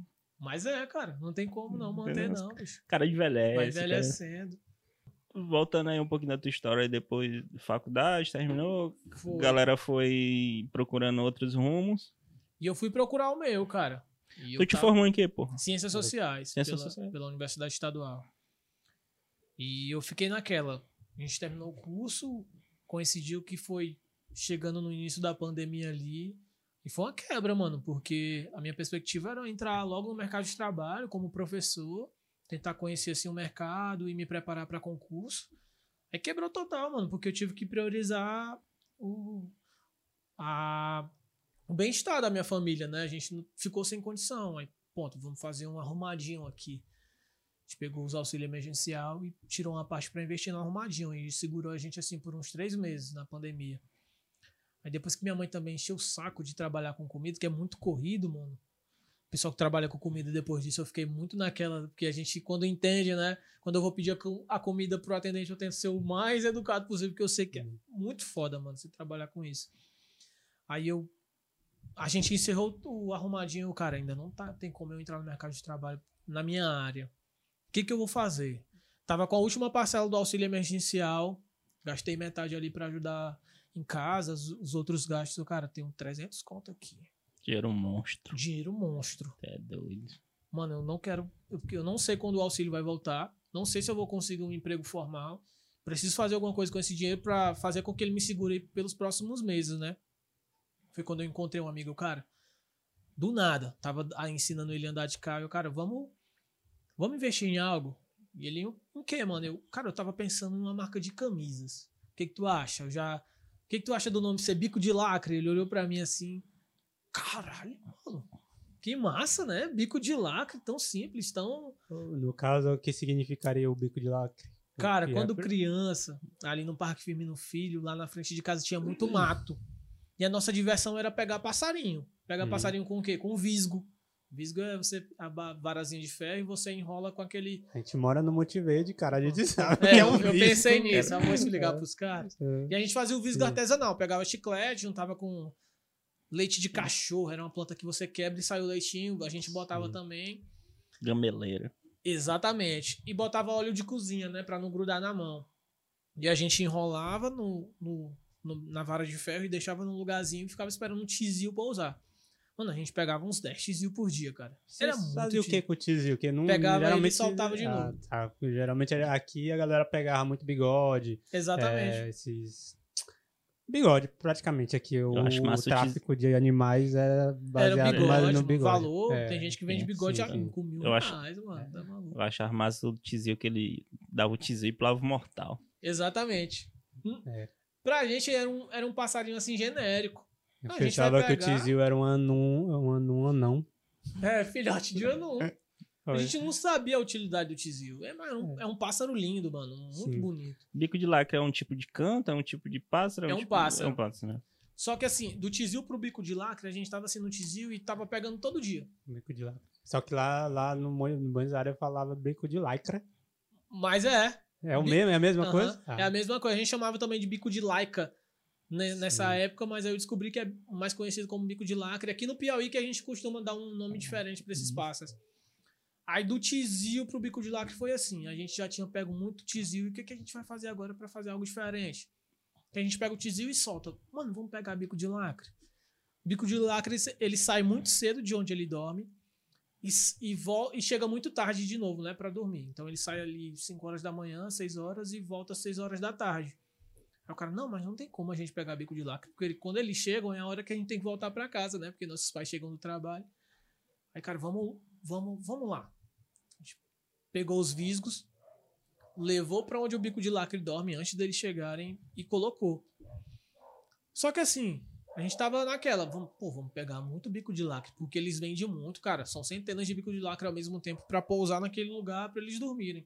Mas é, cara, não tem como não manter, Entendeu? não, bicho. Cara de Vai velhece. cara. envelhecendo. Voltando aí um pouquinho da tua história, depois da faculdade, terminou, Foi. a galera foi procurando outros rumos. E eu fui procurar o meu, cara. E eu Tu te tava- formou em quê, porra? Ciências Sociais, Ciências pela, Sociais. pela Universidade Estadual. E eu fiquei naquela. A gente terminou o curso, coincidiu que foi chegando no início da pandemia ali. E foi uma quebra, mano, porque a minha perspectiva era entrar logo no mercado de trabalho como professor, tentar conhecer assim o mercado e me preparar para concurso. Aí quebrou total, mano, porque eu tive que priorizar o, a, o bem-estar da minha família, né? A gente não- ficou sem condição. Aí, ponto, vamos fazer um arrumadinho aqui. A gente pegou os auxílio emergencial e tirou uma parte para investir no arrumadinho. E segurou a gente assim por uns três meses na pandemia. Aí depois que minha mãe também encheu o saco de trabalhar com comida, que é muito corrido, mano. O pessoal que trabalha com comida, depois disso eu fiquei muito naquela, porque a gente, quando entende, né? Quando eu vou pedir a, co- a comida pro atendente, eu tento ser o mais educado possível, porque eu sei que é muito foda, mano, você trabalhar com isso. Aí eu. A gente encerrou o arrumadinho, cara, ainda não tá, tem como eu entrar no mercado de trabalho na minha área. O que que eu vou fazer? Tava com a última parcela do auxílio emergencial, gastei metade ali pra ajudar em casa, os, os outros gastos, eu, cara, tenho trezentos conto aqui. Dinheiro monstro. Dinheiro monstro. É doido. Mano, eu não quero, eu, porque eu não sei quando o auxílio vai voltar, não sei se eu vou conseguir um emprego formal, preciso fazer alguma coisa com esse dinheiro pra fazer com que ele me segure pelos próximos meses, né? Foi quando eu encontrei um amigo, cara, do nada, tava ah, ensinando ele a andar de carro, eu, cara, vamos, vamos investir em algo? E ele, o quê, mano? Eu, cara, eu tava pensando numa marca de camisas. O que que tu acha? Eu já, o que que tu acha do nome ser Bico de Lacre? Ele olhou pra mim assim, caralho, mano, que massa, né? Bico de Lacre, tão simples, tão... No caso, o que significaria o bico de lacre? Cara, Que quando é- criança, ali no Parque Firmino Filho, lá na frente de casa tinha muito mato. E a nossa diversão era pegar passarinho. Pegar Uhum. passarinho com o quê? Com visgo. Visgo é você a ba- varazinha de ferro e você enrola com aquele... A gente mora no Monte Verde, cara, a gente sabe. É, que eu, um eu visgo. pensei nisso, eu vou explicar É. pros caras. É. E a gente fazia o visgo Sim. artesanal. Pegava chiclete, juntava com leite de cachorro. Era uma planta que você quebra e sai o leitinho. A gente botava Sim. também. Gameleira. Exatamente. E botava óleo de cozinha, né? Pra não grudar na mão. E a gente enrolava no, no, no- na vara de ferro e deixava num lugarzinho e ficava esperando um tizil pra usar. Mano, a gente pegava uns dez tizil por dia, cara. Você Era muito fazia o que tizil. com o tizil? Que não, Pegava ele e geralmente soltava de Ah, novo. tá. Geralmente aqui a galera pegava muito bigode. Exatamente. É, esses... Bigode, praticamente. Aqui o, acho o massa o tráfico de animais é Era baseado bigode, mais no mano, bigode. valor. É, Tem gente que vende sim, bigode sim, a sim. com mil Eu acho- reais, mano. Tá maluco. Eu achava massa o tizil que ele dava o tizil e pulava o mortal. Exatamente. Hum. É. Pra gente era um, era um passarinho assim genérico. Eu A gente vai pensava que o pegar- tizil era um anum, um anum, um anão. É, filhote de ano um. A Foi. gente não sabia a utilidade do tizil. É, mas é, um, é um pássaro lindo, mano. Muito Sim. bonito. Bico de lacre é um tipo de canto, é um tipo de pássaro? É um tipo- pássaro. É um pássaro, né? Só que assim, do tizil pro bico de lacre, a gente tava assim no tizil e tava pegando todo dia. Bico de lacre. Só que lá, lá no, Mo- no Buenos Aires eu falava bico de lycra. Mas é. É o Bi- mesmo, é a mesma Aham. coisa? Ah, É a mesma coisa. A gente chamava também de bico de laica né, nessa Sim. época, mas aí eu descobri que é mais conhecido como bico de lacre. Aqui no Piauí que a gente costuma dar um nome diferente pra esses pássaros. Aí do tizil pro bico de lacre foi assim. A gente já tinha pego muito tizil. E o que, que a gente vai fazer agora pra fazer algo diferente? Que a gente pega o tizil e solta. Mano, vamos pegar bico de lacre. Bico de lacre, ele sai muito cedo de onde ele dorme e, e, vol- e chega muito tarde de novo, né, pra dormir. Então ele sai ali cinco horas da manhã, seis horas e volta às seis horas da tarde. Aí o cara, não, mas não tem como a gente pegar bico de lacre, porque ele- quando eles chegam é a hora que a gente tem que voltar pra casa, né, porque nossos pais chegam do trabalho. Aí, cara, vamos, vamos, vamos lá. A gente pegou os visgos, levou pra onde o bico de lacre dorme antes deles chegarem e colocou. Só que assim, a gente tava naquela, vamos, pô, vamos pegar muito bico de lacre, porque eles vendem muito, cara. São centenas de bico de lacre ao mesmo tempo pra pousar naquele lugar pra eles dormirem.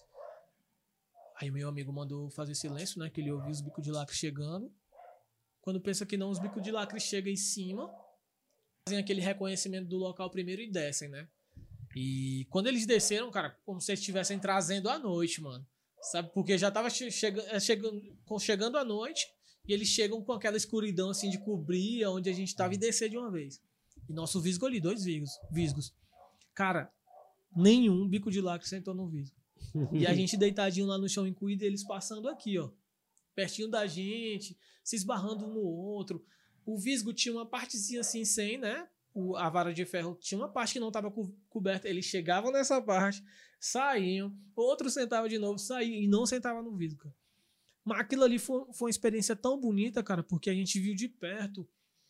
Aí meu amigo mandou fazer silêncio, né? Que ele ouviu os bicos de lacre chegando. Quando pensa que não, os bicos de lacre chegam em cima, fazem aquele reconhecimento do local primeiro e descem, né? E quando eles desceram, cara, como se eles estivessem trazendo a noite, mano. Sabe? Porque já tava che chega é, chegando, com- chegando a noite e eles chegam com aquela escuridão assim de cobrir onde a gente tava e descer de uma vez. E nosso visgo ali, dois visgos. visgos. Cara, nenhum bico de lacre sentou no visgo. E a gente deitadinho lá no chão em cuida e eles passando aqui, ó. Pertinho da gente, se esbarrando um no outro. O visgo tinha uma partezinha assim sem, né? O, a vara de ferro tinha uma parte que não estava co coberta. Eles chegavam nessa parte, saíam, outro sentava de novo, saía e não sentava no visgo, cara. Mas aquilo ali foi, foi uma experiência tão bonita, cara, porque a gente viu de perto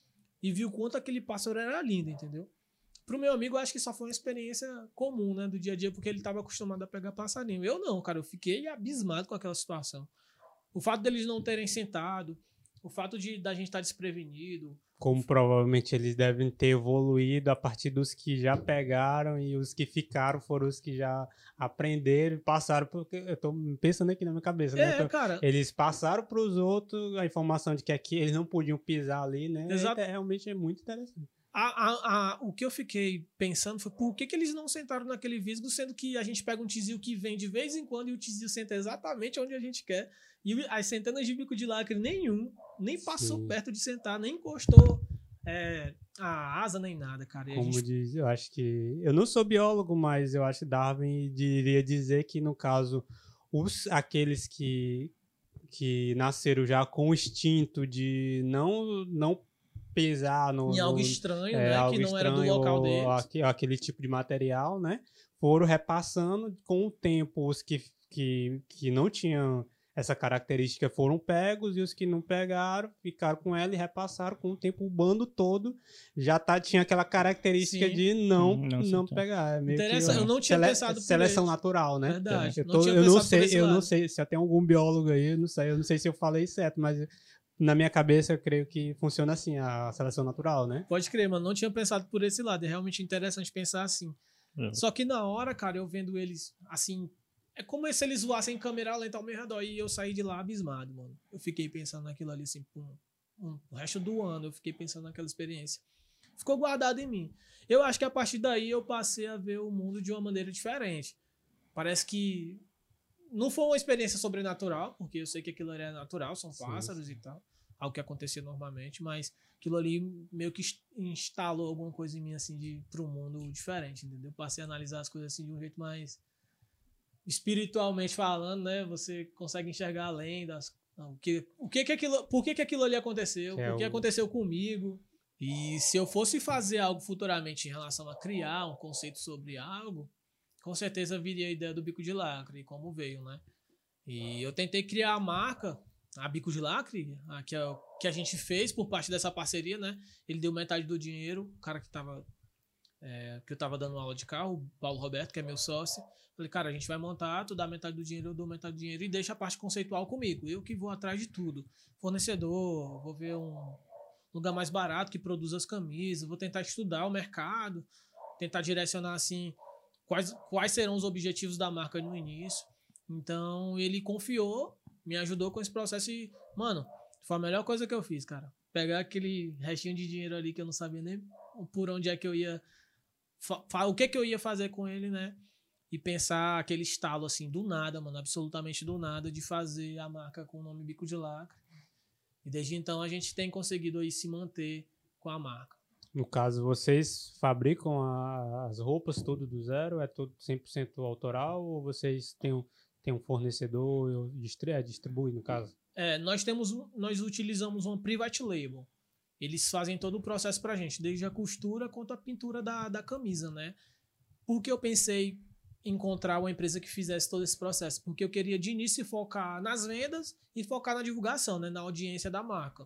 e viu quanto aquele pássaro era lindo, entendeu? Pro meu amigo, eu acho que só foi uma experiência comum, né, do dia a dia, porque ele estava acostumado a pegar passarinho. Eu não, cara, eu fiquei abismado com aquela situação. O fato deles não terem sentado, o fato de da gente estar desprevenido. Como provavelmente eles devem ter evoluído a partir dos que já pegaram e os que ficaram foram os que já aprenderam e passaram, porque eu tô pensando aqui na minha cabeça, né? É, Então, cara. eles passaram para os outros a informação de que aqui eles não podiam pisar ali, né? Exato. É, realmente é muito interessante. A, a, a, o que eu fiquei pensando foi por que, que eles não sentaram naquele visgo, sendo que a gente pega um tizil que vem de vez em quando e o tizil senta exatamente onde a gente quer. E as centenas de bico de lacre, nenhum, nem passou Sim. perto de sentar, nem encostou é, a asa nem nada, cara. E Como a gente... diz, eu acho que... Eu não sou biólogo, mas eu acho que Darwin iria dizer que, no caso, os, aqueles que, que nasceram já com o instinto de não... não pesar no, em algo no, estranho, é, né? algo Que não era do estranho local ou deles. aqu- aquele tipo de material, né? Foram repassando com o tempo. Os que, que, que não tinham essa característica foram pegos e os que não pegaram ficaram com ela e repassaram com o tempo. O bando todo já tá, tinha aquela característica Sim. de não, Hum, não não sei. pegar. É meio que Interessante, uma eu não tinha sele- pensado por seleção esse. natural, né? Verdade. Eu, Não tô- tinha eu não pensado por sei, esse eu não lado. sei se tem algum biólogo aí, eu não sei, eu não sei se eu falei certo, mas na minha cabeça eu creio que funciona assim a seleção natural, né? Pode crer, mano. Não tinha pensado por esse lado. É realmente interessante pensar assim. É. Só que na hora, cara, eu vendo eles assim. É como se eles voassem em câmera lenta ao meu redor e eu saí de lá abismado, mano. Eu fiquei pensando naquilo ali assim, pum, pum. O resto do ano eu fiquei pensando naquela experiência. Ficou guardado em mim. Eu acho que a partir daí eu passei a ver o mundo de uma maneira diferente. Parece que não foi uma experiência sobrenatural, porque eu sei que aquilo ali é natural, são Sim, pássaros sim. e tal. Algo que acontecia normalmente, mas aquilo ali meio que instalou alguma coisa em mim, assim, de, para um mundo diferente, entendeu? Passei a analisar as coisas, assim, de um jeito mais espiritualmente falando, né? Você consegue enxergar além das... O que, o que que aquilo, por que que aquilo ali aconteceu? Que é Por que o- aconteceu comigo? E se eu fosse fazer algo futuramente em relação a criar um conceito sobre algo, com certeza viria a ideia do bico de lacre, como veio, né? E eu tentei criar a marca, a Bico de Lacre, a, que, é, o que a gente fez por parte dessa parceria, né? Ele deu metade do dinheiro, o cara que tava é, que eu tava dando aula de carro, o Paulo Roberto, que é meu sócio. Falei, cara, a gente vai montar, tu dá metade do dinheiro, eu dou metade do dinheiro e deixa a parte conceitual comigo. Eu que vou atrás de tudo. Fornecedor, vou ver um lugar mais barato que produza as camisas, vou tentar estudar o mercado, tentar direcionar, assim, quais, quais serão os objetivos da marca no início. Então, ele confiou, me ajudou com esse processo e, mano, foi a melhor coisa que eu fiz, cara. Pegar aquele restinho de dinheiro ali que eu não sabia nem por onde é que eu ia... Fa- o que que eu ia fazer com ele, né? E pensar aquele estalo, assim, do nada, mano, absolutamente do nada, de fazer a marca com o nome Bico de Lacre. E desde então a gente tem conseguido aí se manter com a marca. No caso, vocês fabricam a- as roupas tudo do zero? É tudo cem por cento autoral? Ou vocês têm um, têm um fornecedor e distri- é, distribui, no caso? É, nós temos, um- nós utilizamos uma private label. Eles fazem todo o processo pra gente, desde a costura quanto a pintura da, da camisa, né? Por que eu pensei em encontrar uma empresa que fizesse todo esse processo? Porque eu queria de início focar nas vendas e focar na divulgação, né? Na audiência da marca.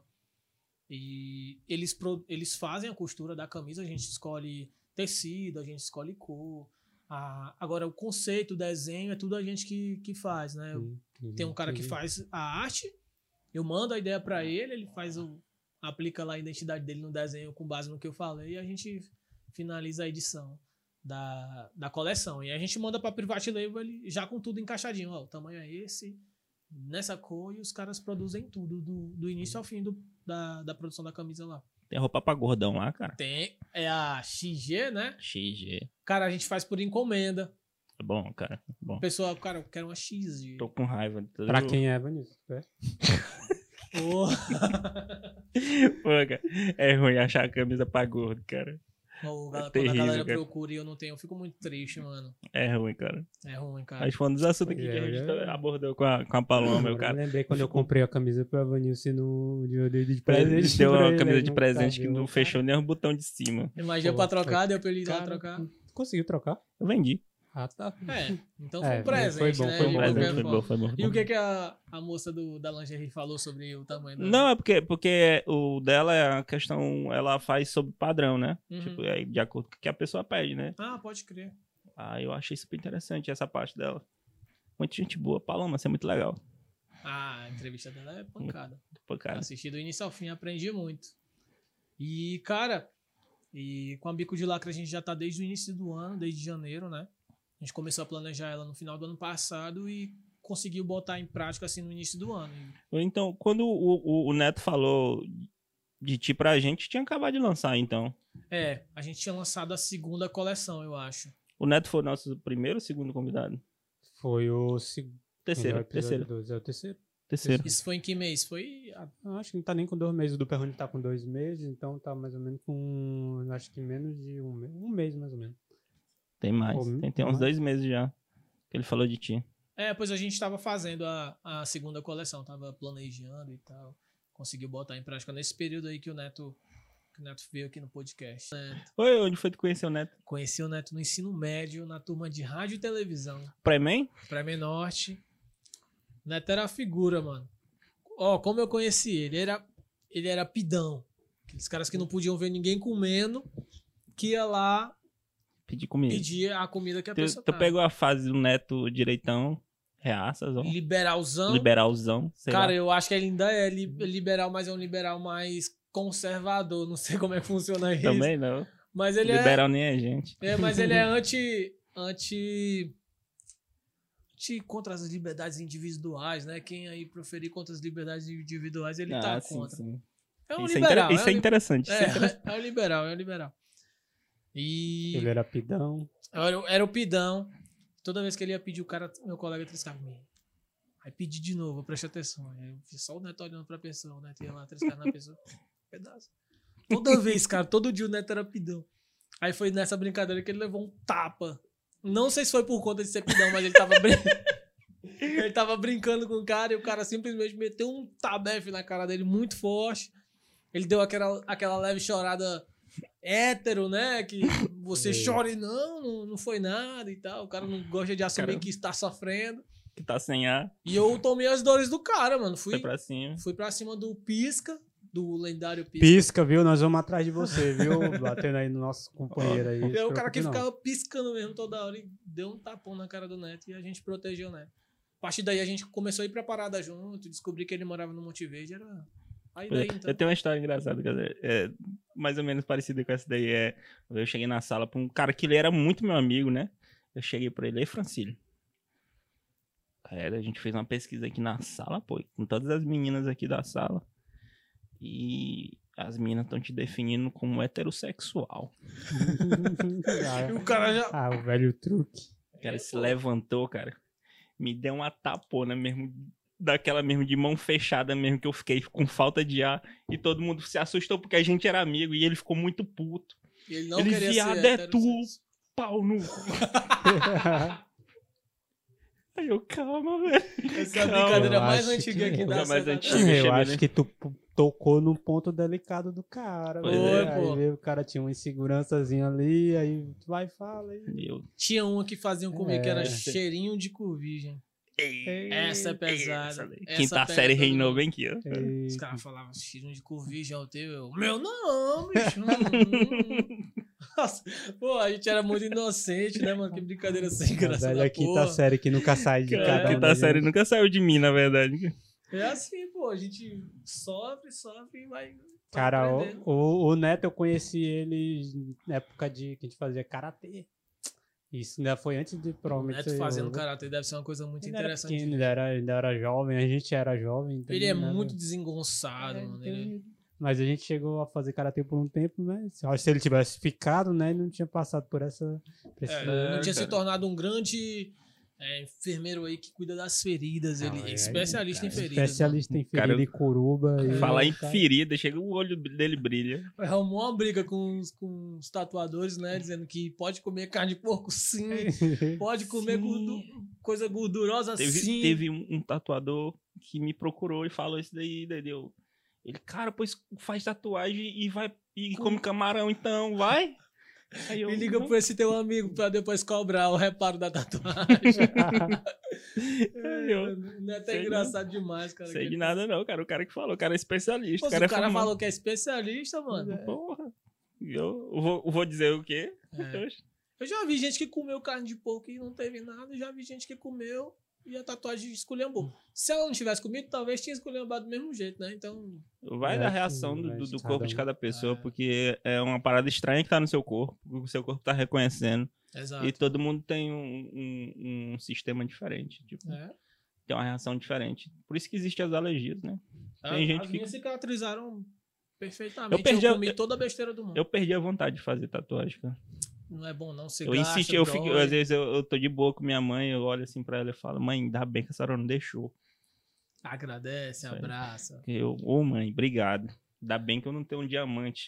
E eles, pro- eles fazem a costura da camisa, a gente escolhe tecido, a gente escolhe cor. A, agora, o conceito, o desenho, é tudo a gente que, que faz, né? Hum, Tem um cara que entendi. faz a arte, eu mando a ideia pra ele, ele faz o aplica lá a identidade dele no desenho com base no que eu falei e a gente finaliza a edição da, da coleção. E a gente manda pra Private Label ele já com tudo encaixadinho. Ó, o tamanho é esse, nessa cor, e os caras produzem tudo, do, do início ao fim do, da, da produção da camisa lá. Tem roupa pra gordão lá, cara. Tem, é a X G, né? X G. Cara, a gente faz por encomenda. É bom, cara. Bom. O pessoal, cara, eu quero uma X G. Tô com raiva. de tudo. Pra quem é, Vinícius? É? Ô, Pô, cara, é ruim achar a camisa pra gordo, cara. Ô, gal- quando terrível, a galera cara. procura e eu não tenho, eu fico muito triste, mano. É ruim, cara. É ruim, cara. Mas foi um dos assuntos aqui Pois que é, a gente eu já- abordou com a, com a Paloma, meu Eu cara. lembrei quando eu comprei a camisa pro Evanilson no de, de, de Ele presente. deu pra uma ele, camisa ele de não presente que sabia, não cara. fechou nem o botão de cima. Imagina Pô, pra trocar, foi- deu pra ele ir lá Cara, trocar. Conseguiu trocar? Eu vendi. Ah, tá. É, então É, foi um presente, foi bom, né? foi de bom, qualquer Presente, foi forma. bom, foi bom. E o que, que a, a moça do, da lingerie falou sobre o tamanho da... Não, é porque, porque o dela é a questão, ela faz sob padrão, né? Uhum. Tipo, é de acordo com o que a pessoa pede, né? Ah, pode crer. Aí eu achei super interessante essa parte dela. Muita gente boa, Paloma, você é muito legal. Ah, a entrevista dela é pancada. Pô, cara. Assisti do início ao fim, aprendi muito. E, cara, e com a Bico de Lacre a gente já tá desde o início do ano, desde janeiro, né? A gente começou a planejar ela no final do ano passado e conseguiu botar em prática assim no início do ano. Então, quando o, o, o Neto falou de ti pra gente, tinha acabado de lançar, então. É, a gente tinha lançado a segunda coleção, eu acho. O Neto foi o nosso primeiro ou segundo convidado? Foi o segundo. Terceiro, terceiro, doze, é o terceiro. terceiro. Isso foi em que mês? Foi... a- Eu acho que não tá nem com dois meses. O do Perrone tá com dois meses, então tá mais ou menos com. Acho que menos de um mês. Um mês, mais ou menos. Tem mais, Pô, tem, tem uns mais? dois meses já que ele falou de ti. É, pois a gente tava fazendo a, a segunda coleção, tava planejando e tal. Conseguiu botar em prática nesse período aí que o Neto, que o Neto veio aqui no podcast. Neto. Oi, onde foi que tu conheceu o Neto? Conheci o Neto no ensino médio, na turma de rádio e televisão. Pré-man? Prêmio Norte. O Neto era a figura, mano. Ó, como eu conheci ele, era, ele era pidão. Aqueles caras que não podiam ver ninguém comendo, que ia lá Pedi comida. pedir a comida que a Tu, pessoa tu tava. pegou a fase do Neto direitão, reaças, ó. Liberalzão. Liberalzão, sei Cara, lá. eu acho que ele ainda é li- liberal, mas é um liberal mais conservador. Não sei como é que funciona isso. Também não. Mas ele Liberal nem a gente. é, é. Mas ele é anti. anti. anti contra as liberdades individuais, né? Quem aí proferir contra as liberdades individuais, ele tá Ah, sim, contra. sim. É um Isso, é, liberal. inter- isso é um li- interessante. Isso é interessante. É, é o liberal, é o liberal. E Ele era pidão. era, o- era o pidão. Toda vez que ele ia pedir, o cara, meu colega triscava. Aí pedi de novo, preste atenção. Aí eu vi só o Neto olhando pra pessoa, o Neto ia lá, triscava na pessoa. Pedaço. Toda vez, cara, todo dia o Neto era pidão. Aí foi nessa brincadeira que ele levou um tapa. Não sei se foi por conta de ser pidão, mas ele tava brincando. Ele tava brincando com o cara e o cara simplesmente meteu um tabefe na cara dele muito forte. Ele deu aquela, aquela leve chorada hétero, né? Que você Sim. chora e não, não, não foi nada e tal. O cara não gosta de assumir Caramba. que está sofrendo. Que tá sem ar, E eu tomei as dores do cara, mano. Fui, foi pra cima. fui pra cima do Pisca, do lendário Pisca. Pisca, viu? Nós vamos atrás de você, viu? Batendo aí no nosso companheiro aí. E é o cara que Não. ficava piscando mesmo toda hora e deu um tapão na cara do Neto e a gente protegeu o Neto. A partir daí a gente começou a ir pra parada junto, descobri que ele morava no Monte Verde, era... Aí daí, então... Eu tenho uma história engraçada, quer dizer, é, mais ou menos parecida com essa daí. É, eu cheguei na sala pra um cara que ele era muito meu amigo, né? Eu cheguei pra ele, ei, Francílio. Cara, a gente fez uma pesquisa aqui na sala, pô, com todas as meninas aqui da sala. E as meninas estão te definindo como heterossexual. E o cara já... Ah, o velho truque. O cara se levantou, cara. Me deu uma tapona mesmo, daquela mesmo de mão fechada mesmo, que eu fiquei com falta de ar. E todo mundo se assustou porque a gente era amigo e ele ficou muito puto. Ele não Ele, queria viado, ser é tu. heterossexual. Pau no cu. Aí eu, calma, velho. Essa é a Calma, brincadeira eu mais acho antiga que- que dá. Coisa mais certo? antiga. Eu cheguei, acho né? que tu p- tocou num ponto delicado do cara. Pois né? é, pô. Aí o cara tinha uma insegurançazinha ali, aí tu vai e fala aí. E eu, Tinha uma que faziam comigo que era É. cheirinho de curvigem. ei, Essa é ei, pesada. essa daí. Essa Quinta pega série todo reinou mundo. bem aqui, ó. Ei, Os caras falavam cheirinho de curvigem ao teu. Eu, meu não, bicho. Hum. Nossa, pô, a gente era muito inocente, né, mano? Que brincadeira sem a graça velha da quinta porra. série que nunca sai de Cara, cada um. quinta da série gente. nunca saiu de mim, na verdade. É assim, pô. A gente sofre, sofre e vai... vai Cara, aprendendo. o, o, o Neto eu conheci ele na época de que a gente fazia karatê. Isso ainda foi antes de O provavelmente. Neto ser- fazendo karatê deve ser uma coisa muito Ele era interessante. pequeno, ele era, ele era jovem, a gente era jovem. então Ele é não era- muito desengonçado, É, mano. então, Ele... Mas a gente chegou a fazer karatê por um tempo, né? Eu acho que se ele tivesse ficado, né? Ele não tinha passado por essa. por esse- É, não tinha se cara. tornado um grande é, enfermeiro aí que cuida das feridas. Ele Não, é é- especialista em cara, feridas. Especialista em Cara, ferida e coruba. e- Falar em cara, ferida, chega o olho dele brilha. mano. Arrumou uma briga com os, com os tatuadores, né? Dizendo que pode comer carne de porco sim, pode comer Sim. gordu- coisa gordurosa Teve, sim. teve um, um tatuador que me procurou e falou isso daí, daí deu. Ele, cara, pois faz tatuagem e vai e Com- come camarão, então, vai. Aí eu, E liga não, pra esse teu amigo pra depois cobrar o reparo da tatuagem. Aí eu, Não é até sei engraçado demais, cara. sei que- de nada não, cara. O cara que falou, o cara é especialista. Pô, o se cara o cara é formado. falou que é especialista, mano. Porra. Eu vou, vou dizer o quê? É. Eu já vi gente que comeu carne de porco e não teve nada. E já vi gente que comeu e a tatuagem esculhambou. Se ela não tivesse comido, talvez tinha esculhambado do mesmo jeito, né? Então, Vai É, da reação sim, do, vai do- de do cada corpo de um. cada pessoa, É. porque é uma parada estranha que tá no seu corpo, que o seu corpo tá reconhecendo. exato. E todo mundo tem um, um- um sistema diferente, tipo, É. tem uma reação diferente. Por isso que existem as alergias, né? Tem As- gente as que minhas cicatrizaram perfeitamente. Eu perdi eu a- comi eu- toda a besteira do mundo. Eu perdi a vontade de fazer tatuagem, cara. Não é bom não, você Eu gasta, insisti, eu fico, dói. às vezes eu, eu tô de boa com minha mãe, eu olho assim pra ela e falo, mãe, ainda bem que a senhora não deixou. Agradece, Sério. abraça. Eu, ô mãe, obrigado. Ainda bem que eu não tenho um diamante.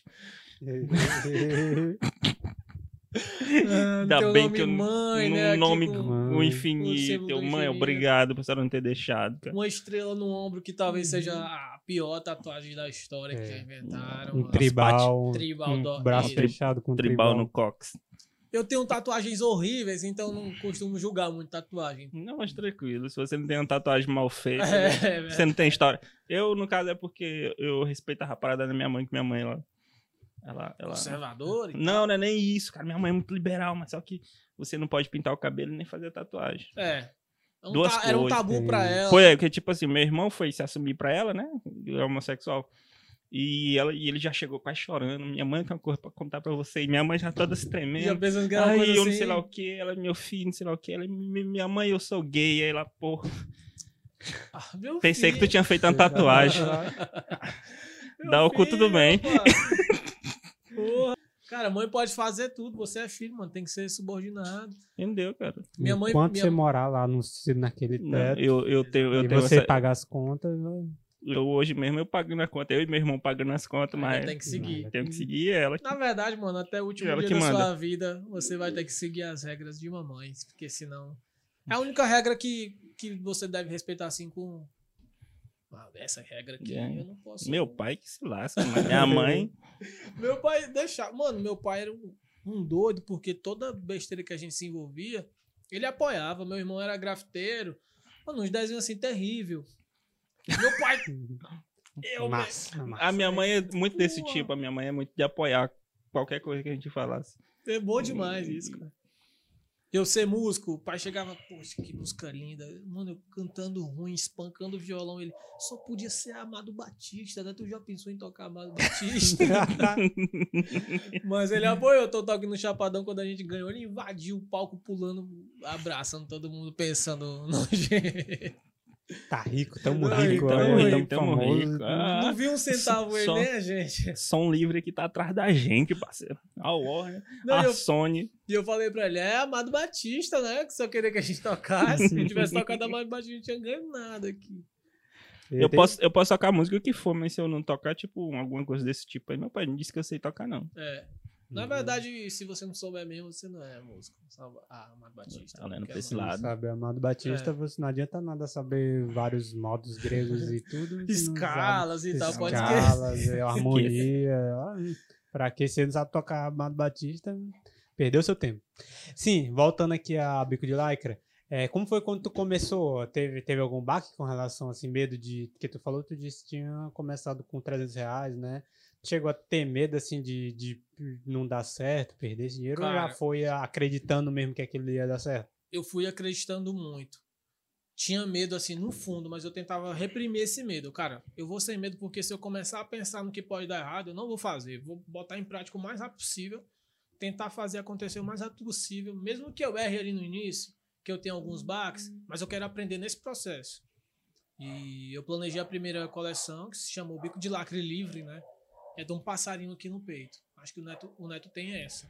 Ah, Ainda teu bem nome que eu mãe, um né? aqui nome com o o infinito. símbolo Eu, do mãe, infinito. obrigado por senhora não ter deixado, cara. Uma estrela no ombro que talvez seja a pior tatuagem da história que É. já inventaram. Um mano. tribal, Tribal um do braço e- fechado com Tribal tribal. no cox. Eu tenho tatuagens horríveis, então não costumo julgar muito tatuagem. Não, mas tranquilo. Se você não tem uma tatuagem mal feita, É, você não tem história. Eu, no caso, é porque eu respeito a parada da minha mãe, que minha mãe, ela... ela, ela... conservador. e Não, não é nem isso, cara. Minha mãe é muito liberal, mas só que você não pode pintar o cabelo nem fazer tatuagem. É. É um Duas ta- Era um coisas. tabu pra ela. Foi, é, porque, tipo assim, meu irmão foi se assumir pra ela, né? Ele é homossexual. E, ela, e ele já chegou quase chorando. Minha mãe tem uma coisa pra contar pra você. E minha mãe já toda se Já tremendo. pensando que era uma Ai, coisa eu assim. não sei lá o que. Ela, meu filho, não sei lá o que. Ela, "Mi- minha mãe, eu sou gay. Aí ela, porra. Ah, meu Pensei que tu filho. tinha feito uma tatuagem. Meu Dá o cu, tudo bem. rapaz. Porra. Cara, mãe pode fazer tudo. Você é filho, mano. Tem que ser subordinado. Entendeu, cara? Minha mãe. Enquanto minha... você morar lá no, naquele Não, teto, eu, eu tenho, eu e tenho você essa- pagar as contas, vai- eu hoje mesmo eu pagando a conta. Eu e meu irmão pagando as contas, Ainda mas tem que seguir. tenho que seguir ela. Na verdade, mano, até o último Ela dia que da manda. sua vida, você vai ter que seguir as regras de mamães, porque senão... É a única regra que, que você deve respeitar, assim, com... Ah, essa regra aqui É. eu não posso... Meu pai que se lasca, mas minha mãe... Meu pai deixava... Mano, meu pai era um, um doido, porque toda besteira que a gente se envolvia, ele apoiava. Meu irmão era grafiteiro. Mano, uns desenhos assim, terrível. Meu pai... eu, massa, massa. A minha mãe é muito desse Porra. tipo. A minha mãe é muito de apoiar qualquer coisa que a gente falasse. É bom demais isso, cara. Eu ser músico, o pai chegava, poxa, que música linda. Mano, eu cantando ruim, espancando o violão. Ele só podia ser Amado Batista, né? Tu já pensou em tocar Amado Batista? Mas ele apoiou. Eu tô tocando no Chapadão quando a gente ganhou. Ele invadiu o palco pulando, abraçando todo mundo, pensando no jeito. Tá rico, tamo Não, rico, tamo olha, rico, tamo tamo famoso. rico. Ah, Não vi um centavo ele, só- né, gente? som livre que tá atrás da gente, parceiro. A Warner, Não, a eu- Sony. E eu falei pra ele, é Amado Batista, né? Que só queria que a gente tocasse. Se tivesse tocado Amado Batista, a gente não tinha ganho nada aqui. Eu posso, eu posso tocar música o que for, mas se eu não tocar, tipo, alguma coisa desse tipo aí, meu pai não disse que eu sei tocar, não. É. Na verdade, se você não souber mesmo, você não é músico. Sabe? Ah, Amado Batista. Tá olhando que é pra esse músico. lado. Sabe, Amado Batista, É. você não adianta nada saber vários modos gregos e tudo. se não Escalas sabe- e tal, pode esquecer. Escalas, é, harmonia. ah, Pra que você não sabe tocar Amado Batista, perdeu seu tempo. Sim, voltando aqui a Bico de Lycra, é, como foi quando tu começou? Teve, teve algum baque com relação, assim, medo de... Porque tu falou, tu disse que tinha começado com trezentos reais, né? Chegou a ter medo, assim, de, de não dar certo, perder esse dinheiro? ou Cara, já foi acreditando mesmo que aquilo ia dar certo? Eu fui acreditando muito. Tinha medo, assim, no fundo, mas eu tentava reprimir esse medo. Cara, eu vou sem medo porque se eu começar a pensar no que pode dar errado, eu não vou fazer. Vou botar em prática o mais rápido possível, tentar fazer acontecer o mais rápido possível, mesmo que eu erre ali no início, que eu tenha alguns baques, mas eu quero aprender nesse processo. E eu planejei a primeira coleção, que se chama o Bico de Lacre Livre, né? É de um passarinho aqui no peito. Acho que o Neto, o Neto tem essa.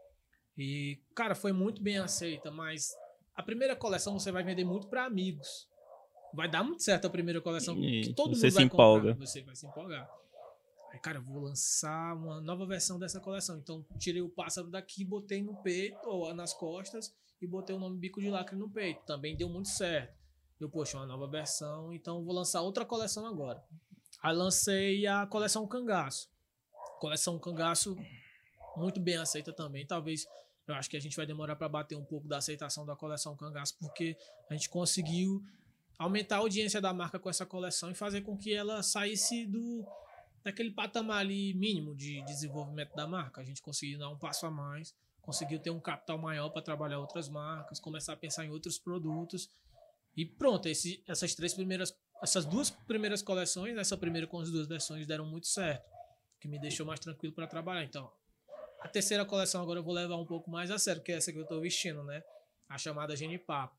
E, cara, foi muito bem aceita, mas a primeira coleção você vai vender muito para amigos. Vai dar muito certo a primeira coleção, E que todo você mundo se vai empolga. comprar. Você vai se empolgar. Aí, cara, eu vou lançar uma nova versão dessa coleção. Então, tirei o pássaro daqui, botei no peito, ou nas costas, e botei o nome Bico de Lacre no peito. Também deu muito certo. Eu, poxa, uma nova versão, então vou lançar outra coleção agora. Aí lancei a coleção Cangaço. Coleção Cangaço muito bem aceita também. Talvez, eu acho que a gente vai demorar para bater um pouco da aceitação da coleção Cangaço, porque a gente conseguiu aumentar a audiência da marca com essa coleção e fazer com que ela saísse do daquele patamar ali mínimo de desenvolvimento da marca. A gente conseguiu dar um passo a mais, conseguiu ter um capital maior para trabalhar outras marcas, começar a pensar em outros produtos. E pronto, esse, essas três primeiras, essas duas primeiras coleções, essa primeira com as duas versões deram muito certo, que me deixou mais tranquilo para trabalhar. Então, a terceira coleção agora eu vou levar um pouco mais a sério, que é essa que eu tô vestindo, né? A chamada Genipapo.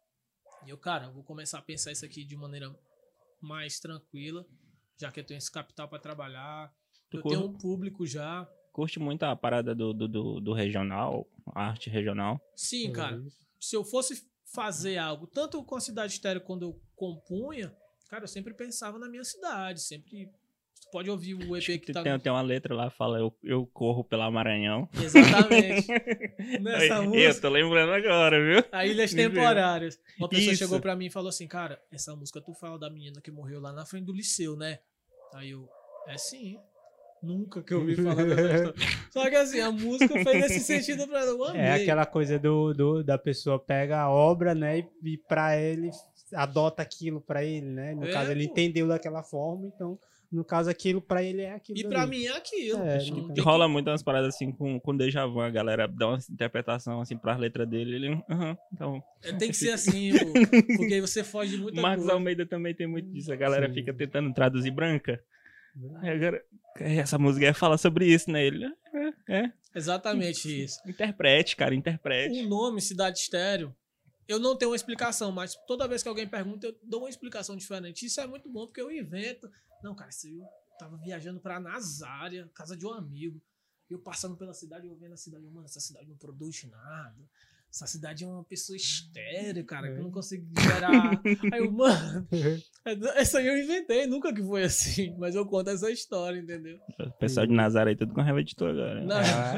E eu, cara, eu vou começar a pensar isso aqui de maneira mais tranquila, já que eu tenho esse capital para trabalhar. Eu tenho um público já. Curte muito a parada do, do, do, do regional, a arte regional? Sim, cara. Se eu fosse fazer algo, tanto com a Cidade Estéreo quando eu compunha, cara, eu sempre pensava na minha cidade, sempre... Você pode ouvir o E P que tá... Tem, tem uma letra lá, fala, eu, eu corro pela Maranhão. Exatamente. Nessa eu, música... Eu tô lembrando agora, viu? A Ilhas Temporárias. Uma pessoa Isso. chegou pra mim e falou assim, cara, essa música tu fala da menina que morreu lá na frente do liceu, né? Aí eu, é sim. Nunca que eu ouvi falar dessa história. Só que assim, a música fez esse sentido pra ela, eu amei. É aquela coisa do, do, da pessoa pega a obra, né, e, e pra ele, adota aquilo pra ele, né? No É, caso, ele pô. entendeu daquela forma, então, no caso, aquilo pra ele é aquilo. E pra ali. mim é aquilo. É, Acho que não não tem tem Rola que- muito umas paradas assim com, com déjà vu, a galera dá uma interpretação assim pras letras dele, ele, aham, então... É, tem que ser assim, pô, porque aí você foge de muita Marcos coisa. Almeida também tem muito disso, a galera Sim. fica tentando traduzir branca. Aí agora, essa música aí fala sobre isso, né? Ele, é, é, Exatamente isso. interprete, cara, interprete. O nome Cidade Estéreo, eu não tenho uma explicação, mas toda vez que alguém pergunta, eu dou uma explicação diferente. Isso é muito bom, porque eu invento. Não, cara, isso aí eu tava viajando pra Nazária, casa de um amigo. Eu passando pela cidade, eu vendo a cidade, mano, essa cidade não produz nada. Essa cidade é uma pessoa estéril, cara, que eu não consigo gerar. Aí eu, mano, essa aí eu inventei, nunca que foi assim, mas eu conto essa história, entendeu? O pessoal de Nazaré aí tudo com raiva de tu agora. Não,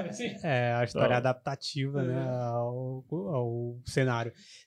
É, é a história Ó. adaptativa, É. né, ao, ao cenário.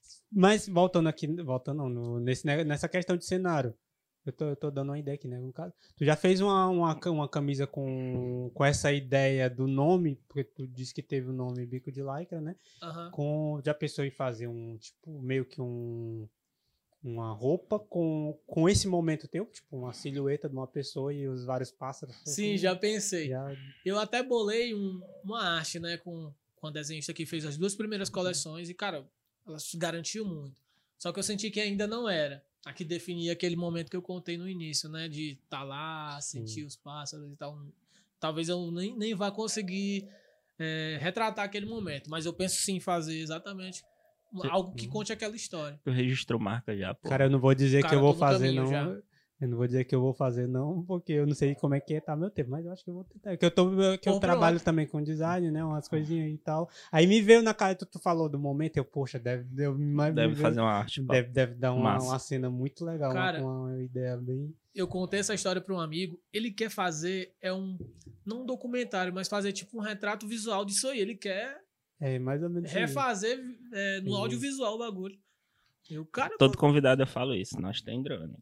Mas voltando aqui, voltando não, no- nesse, ne- nessa questão de cenário, eu tô, eu tô dando uma ideia aqui, né? No caso, tu já fez uma, uma, ca- uma camisa com, com essa ideia do nome, porque tu disse que teve o nome Bico de Lycra, né? Aham. Com, já pensou em fazer um, tipo, meio que um, uma roupa com, com esse momento teu, tipo, uma silhueta de uma pessoa e os vários pássaros? Sim, assim, já pensei. já- Eu até bolei um- uma arte, né, com, com a desenhista que fez as duas primeiras coleções e, cara, ela se garantiu muito. Só que eu senti que ainda não era. A que definia aquele momento que eu contei no início, né, de estar lá, sentir os pássaros e tal. Talvez eu nem, nem vá conseguir é, retratar aquele momento, mas eu penso sim em fazer exatamente Cê- algo que conte aquela história. Tu registrou marca já, pô. Cara, eu não vou dizer Cara, que eu vou tô no fazer, caminho não. já. Eu não vou dizer que eu vou fazer, não, porque eu não sei como é que tá meu tempo, mas eu acho que eu vou tentar. Que eu, tô, que eu Pô, trabalho pronto. também com design, né? Umas coisinhas e tal. Aí me veio na cara, tu, tu falou do momento, eu, poxa, deve, deve, me Deve veio- fazer uma arte, pô. deve, deve dar uma, Massa. uma cena muito legal, uma- Cara, uma, uma ideia bem. Eu contei essa história para um amigo. Ele quer fazer, é um, não um documentário, mas fazer tipo um retrato visual disso aí. Ele quer É, mais ou menos. isso aí. refazer é, no Uhum. audiovisual o bagulho. E o cara, Todo convidado eu falo isso, nós tem drone.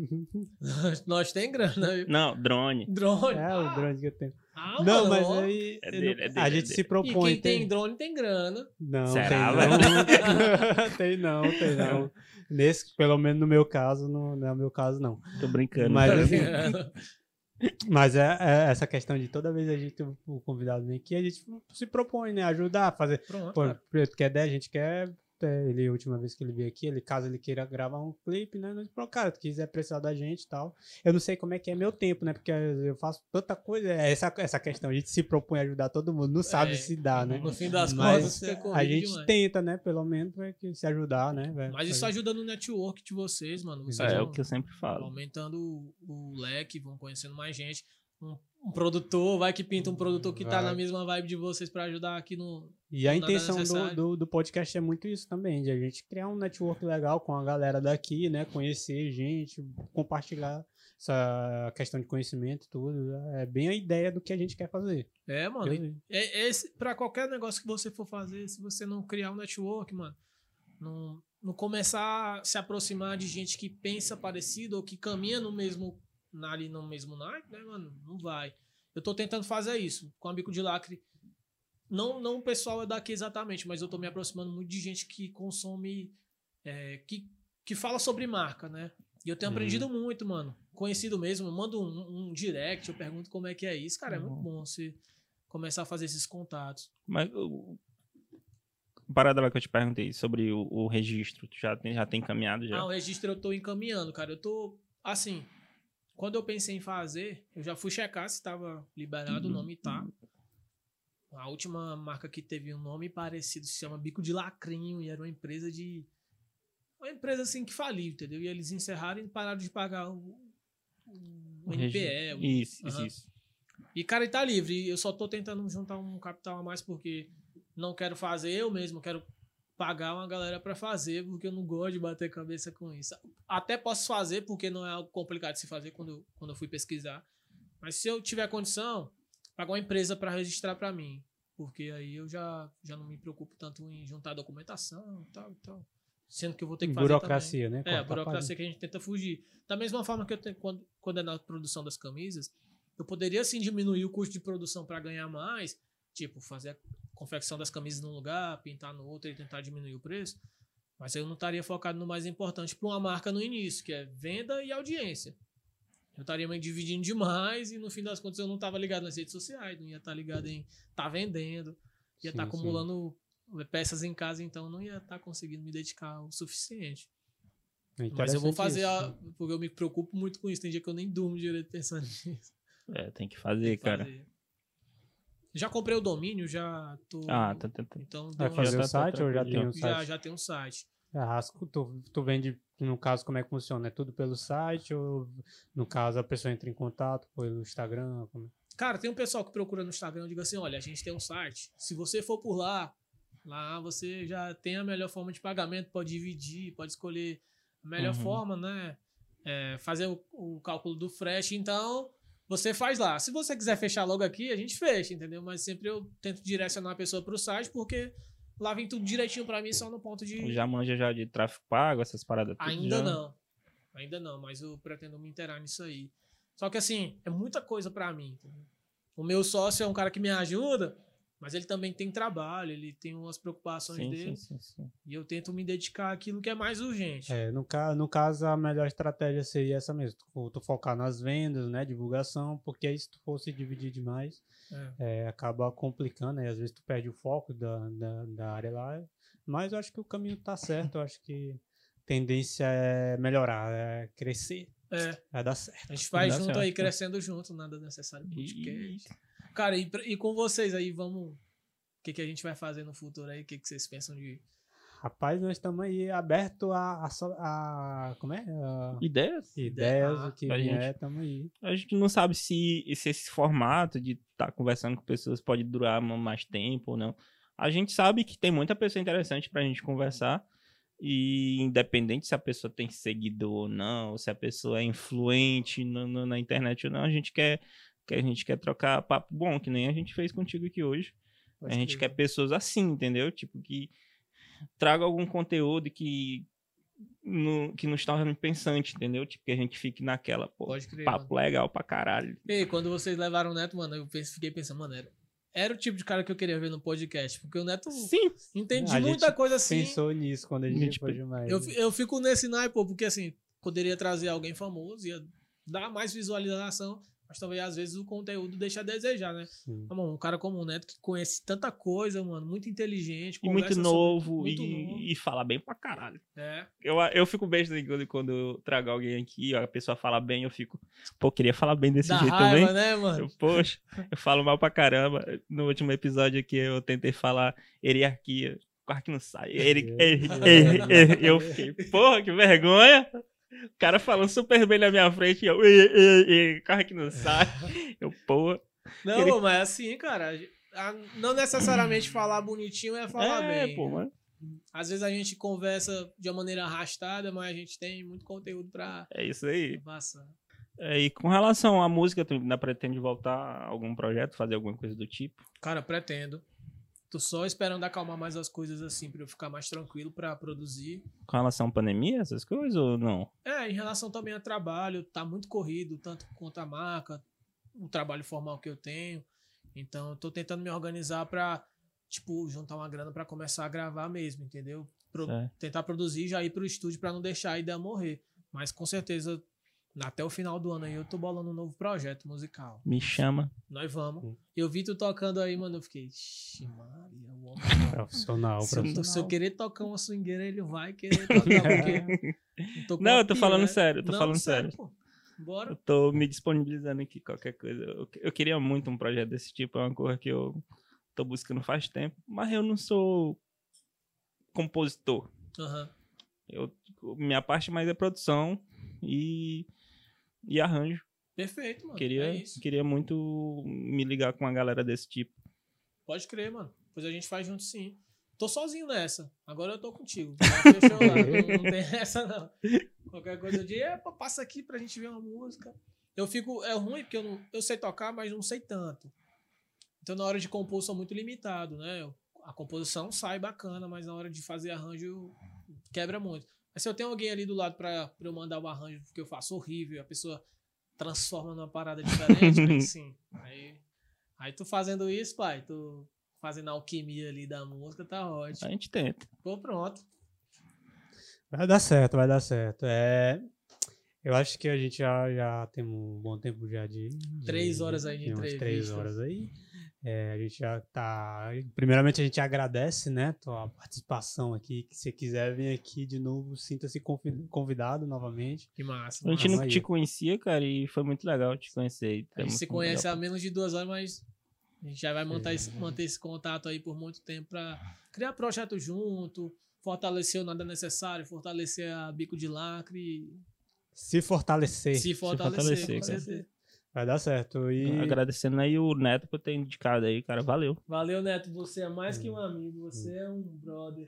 nós tem grana. viu? Não, drone. Drone. É, ah, o drone que eu tenho. ah, não, mano, mas ó. aí. É eu dele, não- é dele, a é gente dele. se E propõe. quem tem drone tem grana. Não, Será, tem não. tem não, tem não. Nesse, pelo menos no meu caso, não, não é o meu caso, não. Tô brincando. Mas tá? assim, Mas é, é essa questão de toda vez a gente, o convidado vem aqui, a gente se propõe, né? Ajudar a fazer. Pronto, Pô, cara. tu quer ideia, a gente quer. é, Ele, a última vez que ele veio aqui, ele, caso ele queira gravar um clipe, né? Nós falamos, cara, se quiser precisar da gente e tal. Eu não sei como é que é meu tempo, né? Porque eu faço tanta coisa. É essa, essa questão, a gente se propõe a ajudar todo mundo, não sabe É, se dá, né? No fim das Mas contas, fica corrido a gente demais. tenta, né? Pelo menos é que se ajudar, né? velho? Mas isso ajuda no network de vocês, mano. Vocês É, é vão o que eu sempre falo. aumentando o, o leque, vão conhecendo mais gente. Um, um produtor, vai que pinta um produtor que tá Vai. na mesma vibe de vocês pra ajudar aqui no. E a Nada intenção do, necessário. do, do podcast é muito isso também, de a gente criar um network legal com a galera daqui, né? Conhecer gente, compartilhar essa questão de conhecimento e tudo. É bem a ideia do que a gente quer fazer. É, mano. Eu- É, esse, pra qualquer negócio que você for fazer, se você não criar um network, mano, não, não começar a se aproximar de gente que pensa parecido ou que caminha no mesmo, na- ali no mesmo naipe, né, mano? Não vai. Eu tô tentando fazer isso. Com a Bico de Lacre, Não, não o pessoal é daqui exatamente, mas eu tô me aproximando muito de gente que consome, é, que, que fala sobre marca, né? E eu tenho Uhum. aprendido muito, mano. Conhecido mesmo, eu mando um, um direct, eu pergunto como é que é isso. Cara, é muito bom você começar a fazer esses contatos. Mas o parada lá que eu te perguntei sobre o, o registro, tu já tem, já tem encaminhado já? Ah, o registro eu tô encaminhando, cara. Eu tô, assim, quando eu pensei em fazer, eu já fui checar se tava liberado o nome e tá. A última marca que teve um nome parecido se chama Bico de Lacrinho e era uma empresa de... Uma empresa, assim, que faliu, entendeu? E eles encerraram e pararam de pagar o, o, o N P E. O, Isso, isso, uhum. isso. E, cara, ele tá livre. Eu só tô tentando juntar um capital a mais porque não quero fazer eu mesmo, quero pagar uma galera pra fazer, porque eu não gosto de bater cabeça com isso. Até posso fazer, porque não é algo complicado de se fazer quando eu, quando eu fui pesquisar. Mas se eu tiver condição, pagar uma empresa pra registrar pra mim. Porque aí eu já, já não me preocupo tanto em juntar documentação e tal e tal. Sendo que eu vou ter que fazer burocracia, também. né? É, a Cortar burocracia que a gente tenta fugir. Da mesma forma que eu tenho, quando, quando é na produção das camisas, eu poderia sim diminuir o custo de produção para ganhar mais, tipo, fazer a confecção das camisas num lugar, pintar no outro e tentar diminuir o preço. Mas eu não estaria focado no mais importante para uma marca no início, que é venda e audiência. Eu estaria me dividindo demais e no fim das contas eu não estava ligado nas redes sociais, não ia estar ligado em estar tá vendendo, ia estar tá acumulando sim. peças em casa, então não ia estar tá conseguindo me dedicar o suficiente. É Mas eu vou fazer, a, porque eu me preocupo muito com isso, tem dia que eu nem durmo direito pensando nisso. É, tem que fazer, tem que cara. Fazer. Já comprei o domínio, já tô... Ah, tá, tá, tá. Então, vai fazer já o site tá, tá, ou já tá, tem um site? Já, já tem um site. Ah, tu, tu vende, no caso, como é que funciona? É tudo pelo site ou, no caso, a pessoa entra em contato pelo Instagram? Como... Cara, tem um pessoal que procura no Instagram e diga assim, olha, a gente tem um site, se você for por lá, lá você já tem a melhor forma de pagamento, pode dividir, pode escolher a melhor uhum. forma, né? É, fazer o, o cálculo do frete, então você faz lá. Se você quiser fechar logo aqui, a gente fecha, entendeu? Mas sempre eu tento direcionar a pessoa pro site, porque... Lá vem tudo direitinho pra mim, só no ponto de... Já manja já de tráfego pago, essas paradas tudo? Ainda já... não. Ainda não, mas eu pretendo me inteirar nisso aí. Só que assim, é muita coisa pra mim. Entendeu? O meu sócio é um cara que me ajuda, mas ele também tem trabalho, ele tem umas preocupações sim, dele. Sim, sim, sim. E eu tento me dedicar àquilo que é mais urgente. É, no, ca no caso, a melhor estratégia seria essa mesmo. Tu, tu focar nas vendas, né? Divulgação, porque aí se tu fosse dividir demais, é. É, acaba complicando, né? Às vezes tu perde o foco da, da, da área lá. Mas eu acho que o caminho tá certo, eu acho que a tendência é melhorar, é crescer. É. Vai dar certo. A gente vai junto certo. aí, crescendo junto, nada necessário. Podcast. Cara, e, e com vocês aí, vamos... O que, que a gente vai fazer no futuro aí? O que, que vocês pensam de... Rapaz, nós estamos aí abertos a, a, a... Como é? A, ideias? Ideias, ah, o que vier, estamos aí. A gente não sabe se, se esse formato de estar tá conversando com pessoas pode durar mais tempo ou não. A gente sabe que tem muita pessoa interessante pra gente conversar. E independente se a pessoa tem seguidor ou não, ou se a pessoa é influente no, no, na internet ou não, a gente quer, que a gente quer trocar papo bom, que nem a gente fez contigo aqui hoje. Pode a gente ter. Quer pessoas assim, entendeu? Tipo, que traga algum conteúdo que, no, que nos torne pensante, entendeu? Tipo, que a gente fique naquela, pô, Pode crer, papo mano. Legal pra caralho. E quando vocês levaram o Neto, mano, eu fiquei pensando, mano, era, era o tipo de cara que eu queria ver no podcast, porque o Neto Sim. entende a muita coisa assim. Pensou nisso quando a gente, a gente foi demais. Eu, eu fico nesse naipe, pô, porque assim, poderia trazer alguém famoso, ia dar mais visualização, mas talvez às vezes o conteúdo deixa a desejar, né? Ah, mano, um cara como o Neto que conhece tanta coisa, mano, muito inteligente, e muito novo, sobre, muito e, novo e fala bem pra caralho. É. Eu, eu fico besta quando eu trago alguém aqui, ó, a pessoa fala bem, eu fico, pô, queria falar bem desse Dá jeito raiva, também. Né, mano? Eu, poxa, eu falo mal pra caramba. No último episódio aqui eu tentei falar hierarquia, quase que não sai. Eri, eri, eri, eri, eu fiquei, porra, que vergonha. O cara falando super bem na minha frente e eu, e, e, e, carro que não sai. Eu, pô. Não, ele... mas assim, cara, não necessariamente falar bonitinho é falar é, bem. Pô, mano. Às vezes a gente conversa de uma maneira arrastada, mas a gente tem muito conteúdo pra é isso aí. passar. É, e com relação à música, tu ainda pretende voltar a algum projeto, fazer alguma coisa do tipo? Cara, pretendo. Tô só esperando acalmar mais as coisas assim, pra eu ficar mais tranquilo pra produzir. Com relação à pandemia, essas coisas ou não? É, em relação também a trabalho, tá muito corrido, tanto quanto a marca, o trabalho formal que eu tenho. Então, eu tô tentando me organizar pra tipo, juntar uma grana pra começar a gravar mesmo, entendeu? Pro, É. tentar produzir e já ir pro estúdio pra não deixar a ideia morrer. Mas com certeza, até o final do ano aí, eu tô bolando um novo projeto musical. Me chama. Nós vamos. Hum. Eu vi tu tocando aí, mano, eu fiquei, ixi, Maria, o homem. Profissional, Se eu, profissional. se eu querer tocar uma swingueira, ele vai querer tocar, porque... tô com Não, uma eu tô pira, falando né? sério, eu tô Não, falando sério. Pô. Bora. Eu tô me disponibilizando aqui, qualquer coisa. Eu, eu queria muito um projeto desse tipo, é uma coisa que eu tô buscando faz tempo, mas eu não sou compositor. Aham. Eu, minha parte mais é produção e, e arranjo. Perfeito, mano. Queria, É isso. queria muito me ligar com uma galera desse tipo. Pode crer, mano. Depois a gente faz junto sim. Tô sozinho nessa. Agora eu tô contigo. Já fechou lá. Não, não tem essa, não. Qualquer coisa eu digo, é, pô, passa aqui pra gente ver uma música. Eu fico... É ruim porque eu, não, eu sei tocar, mas não sei tanto. Então, na hora de compor, eu sou muito limitado, né? Eu- a composição sai bacana, mas na hora de fazer arranjo, quebra muito. Mas se eu tenho alguém ali do lado pra, pra eu mandar o arranjo que eu faço horrível, a pessoa transforma numa parada diferente, aí sim. Aí, aí tu fazendo isso, pai, tu fazendo a alquimia ali da música, tá ótimo. A gente tenta. Pô, pronto. Vai dar certo, vai dar certo. É, eu acho que a gente já, já tem um bom tempo já de... de Três horas aí de umas entrevista. três horas aí. É, a gente já tá... Primeiramente, a gente agradece, né, tua participação aqui. Que se quiser vir aqui de novo, sinta-se convi- convidado novamente. Que massa. A gente massa. não aí. te conhecia, cara, e foi muito legal te conhecer. A gente se conhece há menos de duas horas, mas a gente já vai manter esse, manter esse contato aí por muito tempo pra criar projeto junto, fortalecer o nada necessário, fortalecer a Bico de Lacre, Se fortalecer. se fortalecer, fortalecer, com cara. certeza. Vai dar certo. E... Agradecendo aí o Neto por ter indicado aí, cara. Valeu. Valeu, Neto, você é mais que um amigo, você é um brother.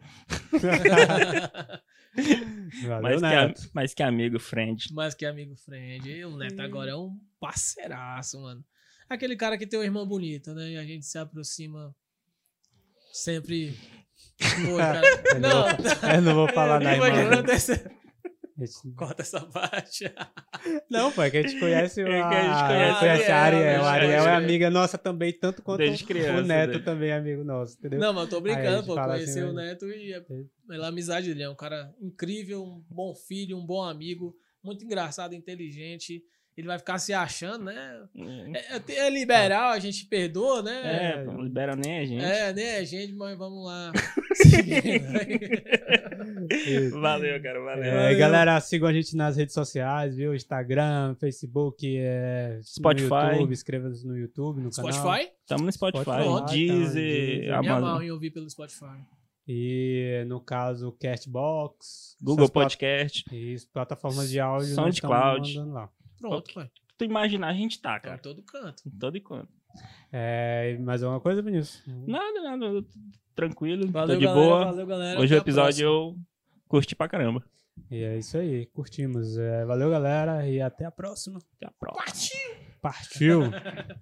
Valeu, mais, que Neto. a- mais que amigo, friend. Mais que amigo friend. E o Neto agora é um parceiraço, mano. Aquele cara que tem uma irmã bonita, né? E a gente se aproxima sempre. Pô, cara. Eu não vou- eu não vou falar na Imagina, irmã. dessa- Esse- Corta essa parte. Não, pô, é que a gente conhece, É a, que a gente conhece, conhece a a Ariel. Ariel, A Ariel é né? amiga nossa também, tanto quanto Desde criança, o Neto desde- também é amigo nosso, entendeu? Não, mas eu tô Aí a brincando, gente pô. fala Conheci assim, o mas- Neto e é pela amizade dele. É um cara incrível, um bom filho, um bom amigo, muito engraçado, inteligente. Ele vai ficar se achando, né? É, é- é liberal, a gente perdoa, né? É, pô, não libera nem a gente. É, né, gente, mas vamos lá. Valeu, cara, valeu. É, Valeu. galera, sigam a gente nas redes sociais, viu? Instagram, Facebook, é, Spotify. no YouTube, inscreva-se no YouTube, no canal. Spotify? Tamo no Spotify, Spotify, Deezer, tá, Me amarro Amazon, em ouvir pelo Spotify. E no caso, Castbox, Google essas plat- Podcast. Isso, plataformas de áudio. nós SoundCloud. estamos mandando lá. Pronto, pai. Tu imaginar, a gente tá, Tá em cara. todo canto. Em todo e quanto. É, mais alguma coisa, Vinícius? Nada, nada. Tranquilo, Valeu, tô de galera. boa. Valeu, galera. Hoje o Até a episódio próxima. eu curti pra caramba. E é isso aí, curtimos. É, valeu, galera, e até a próxima. Até a próxima. Partiu! Partiu!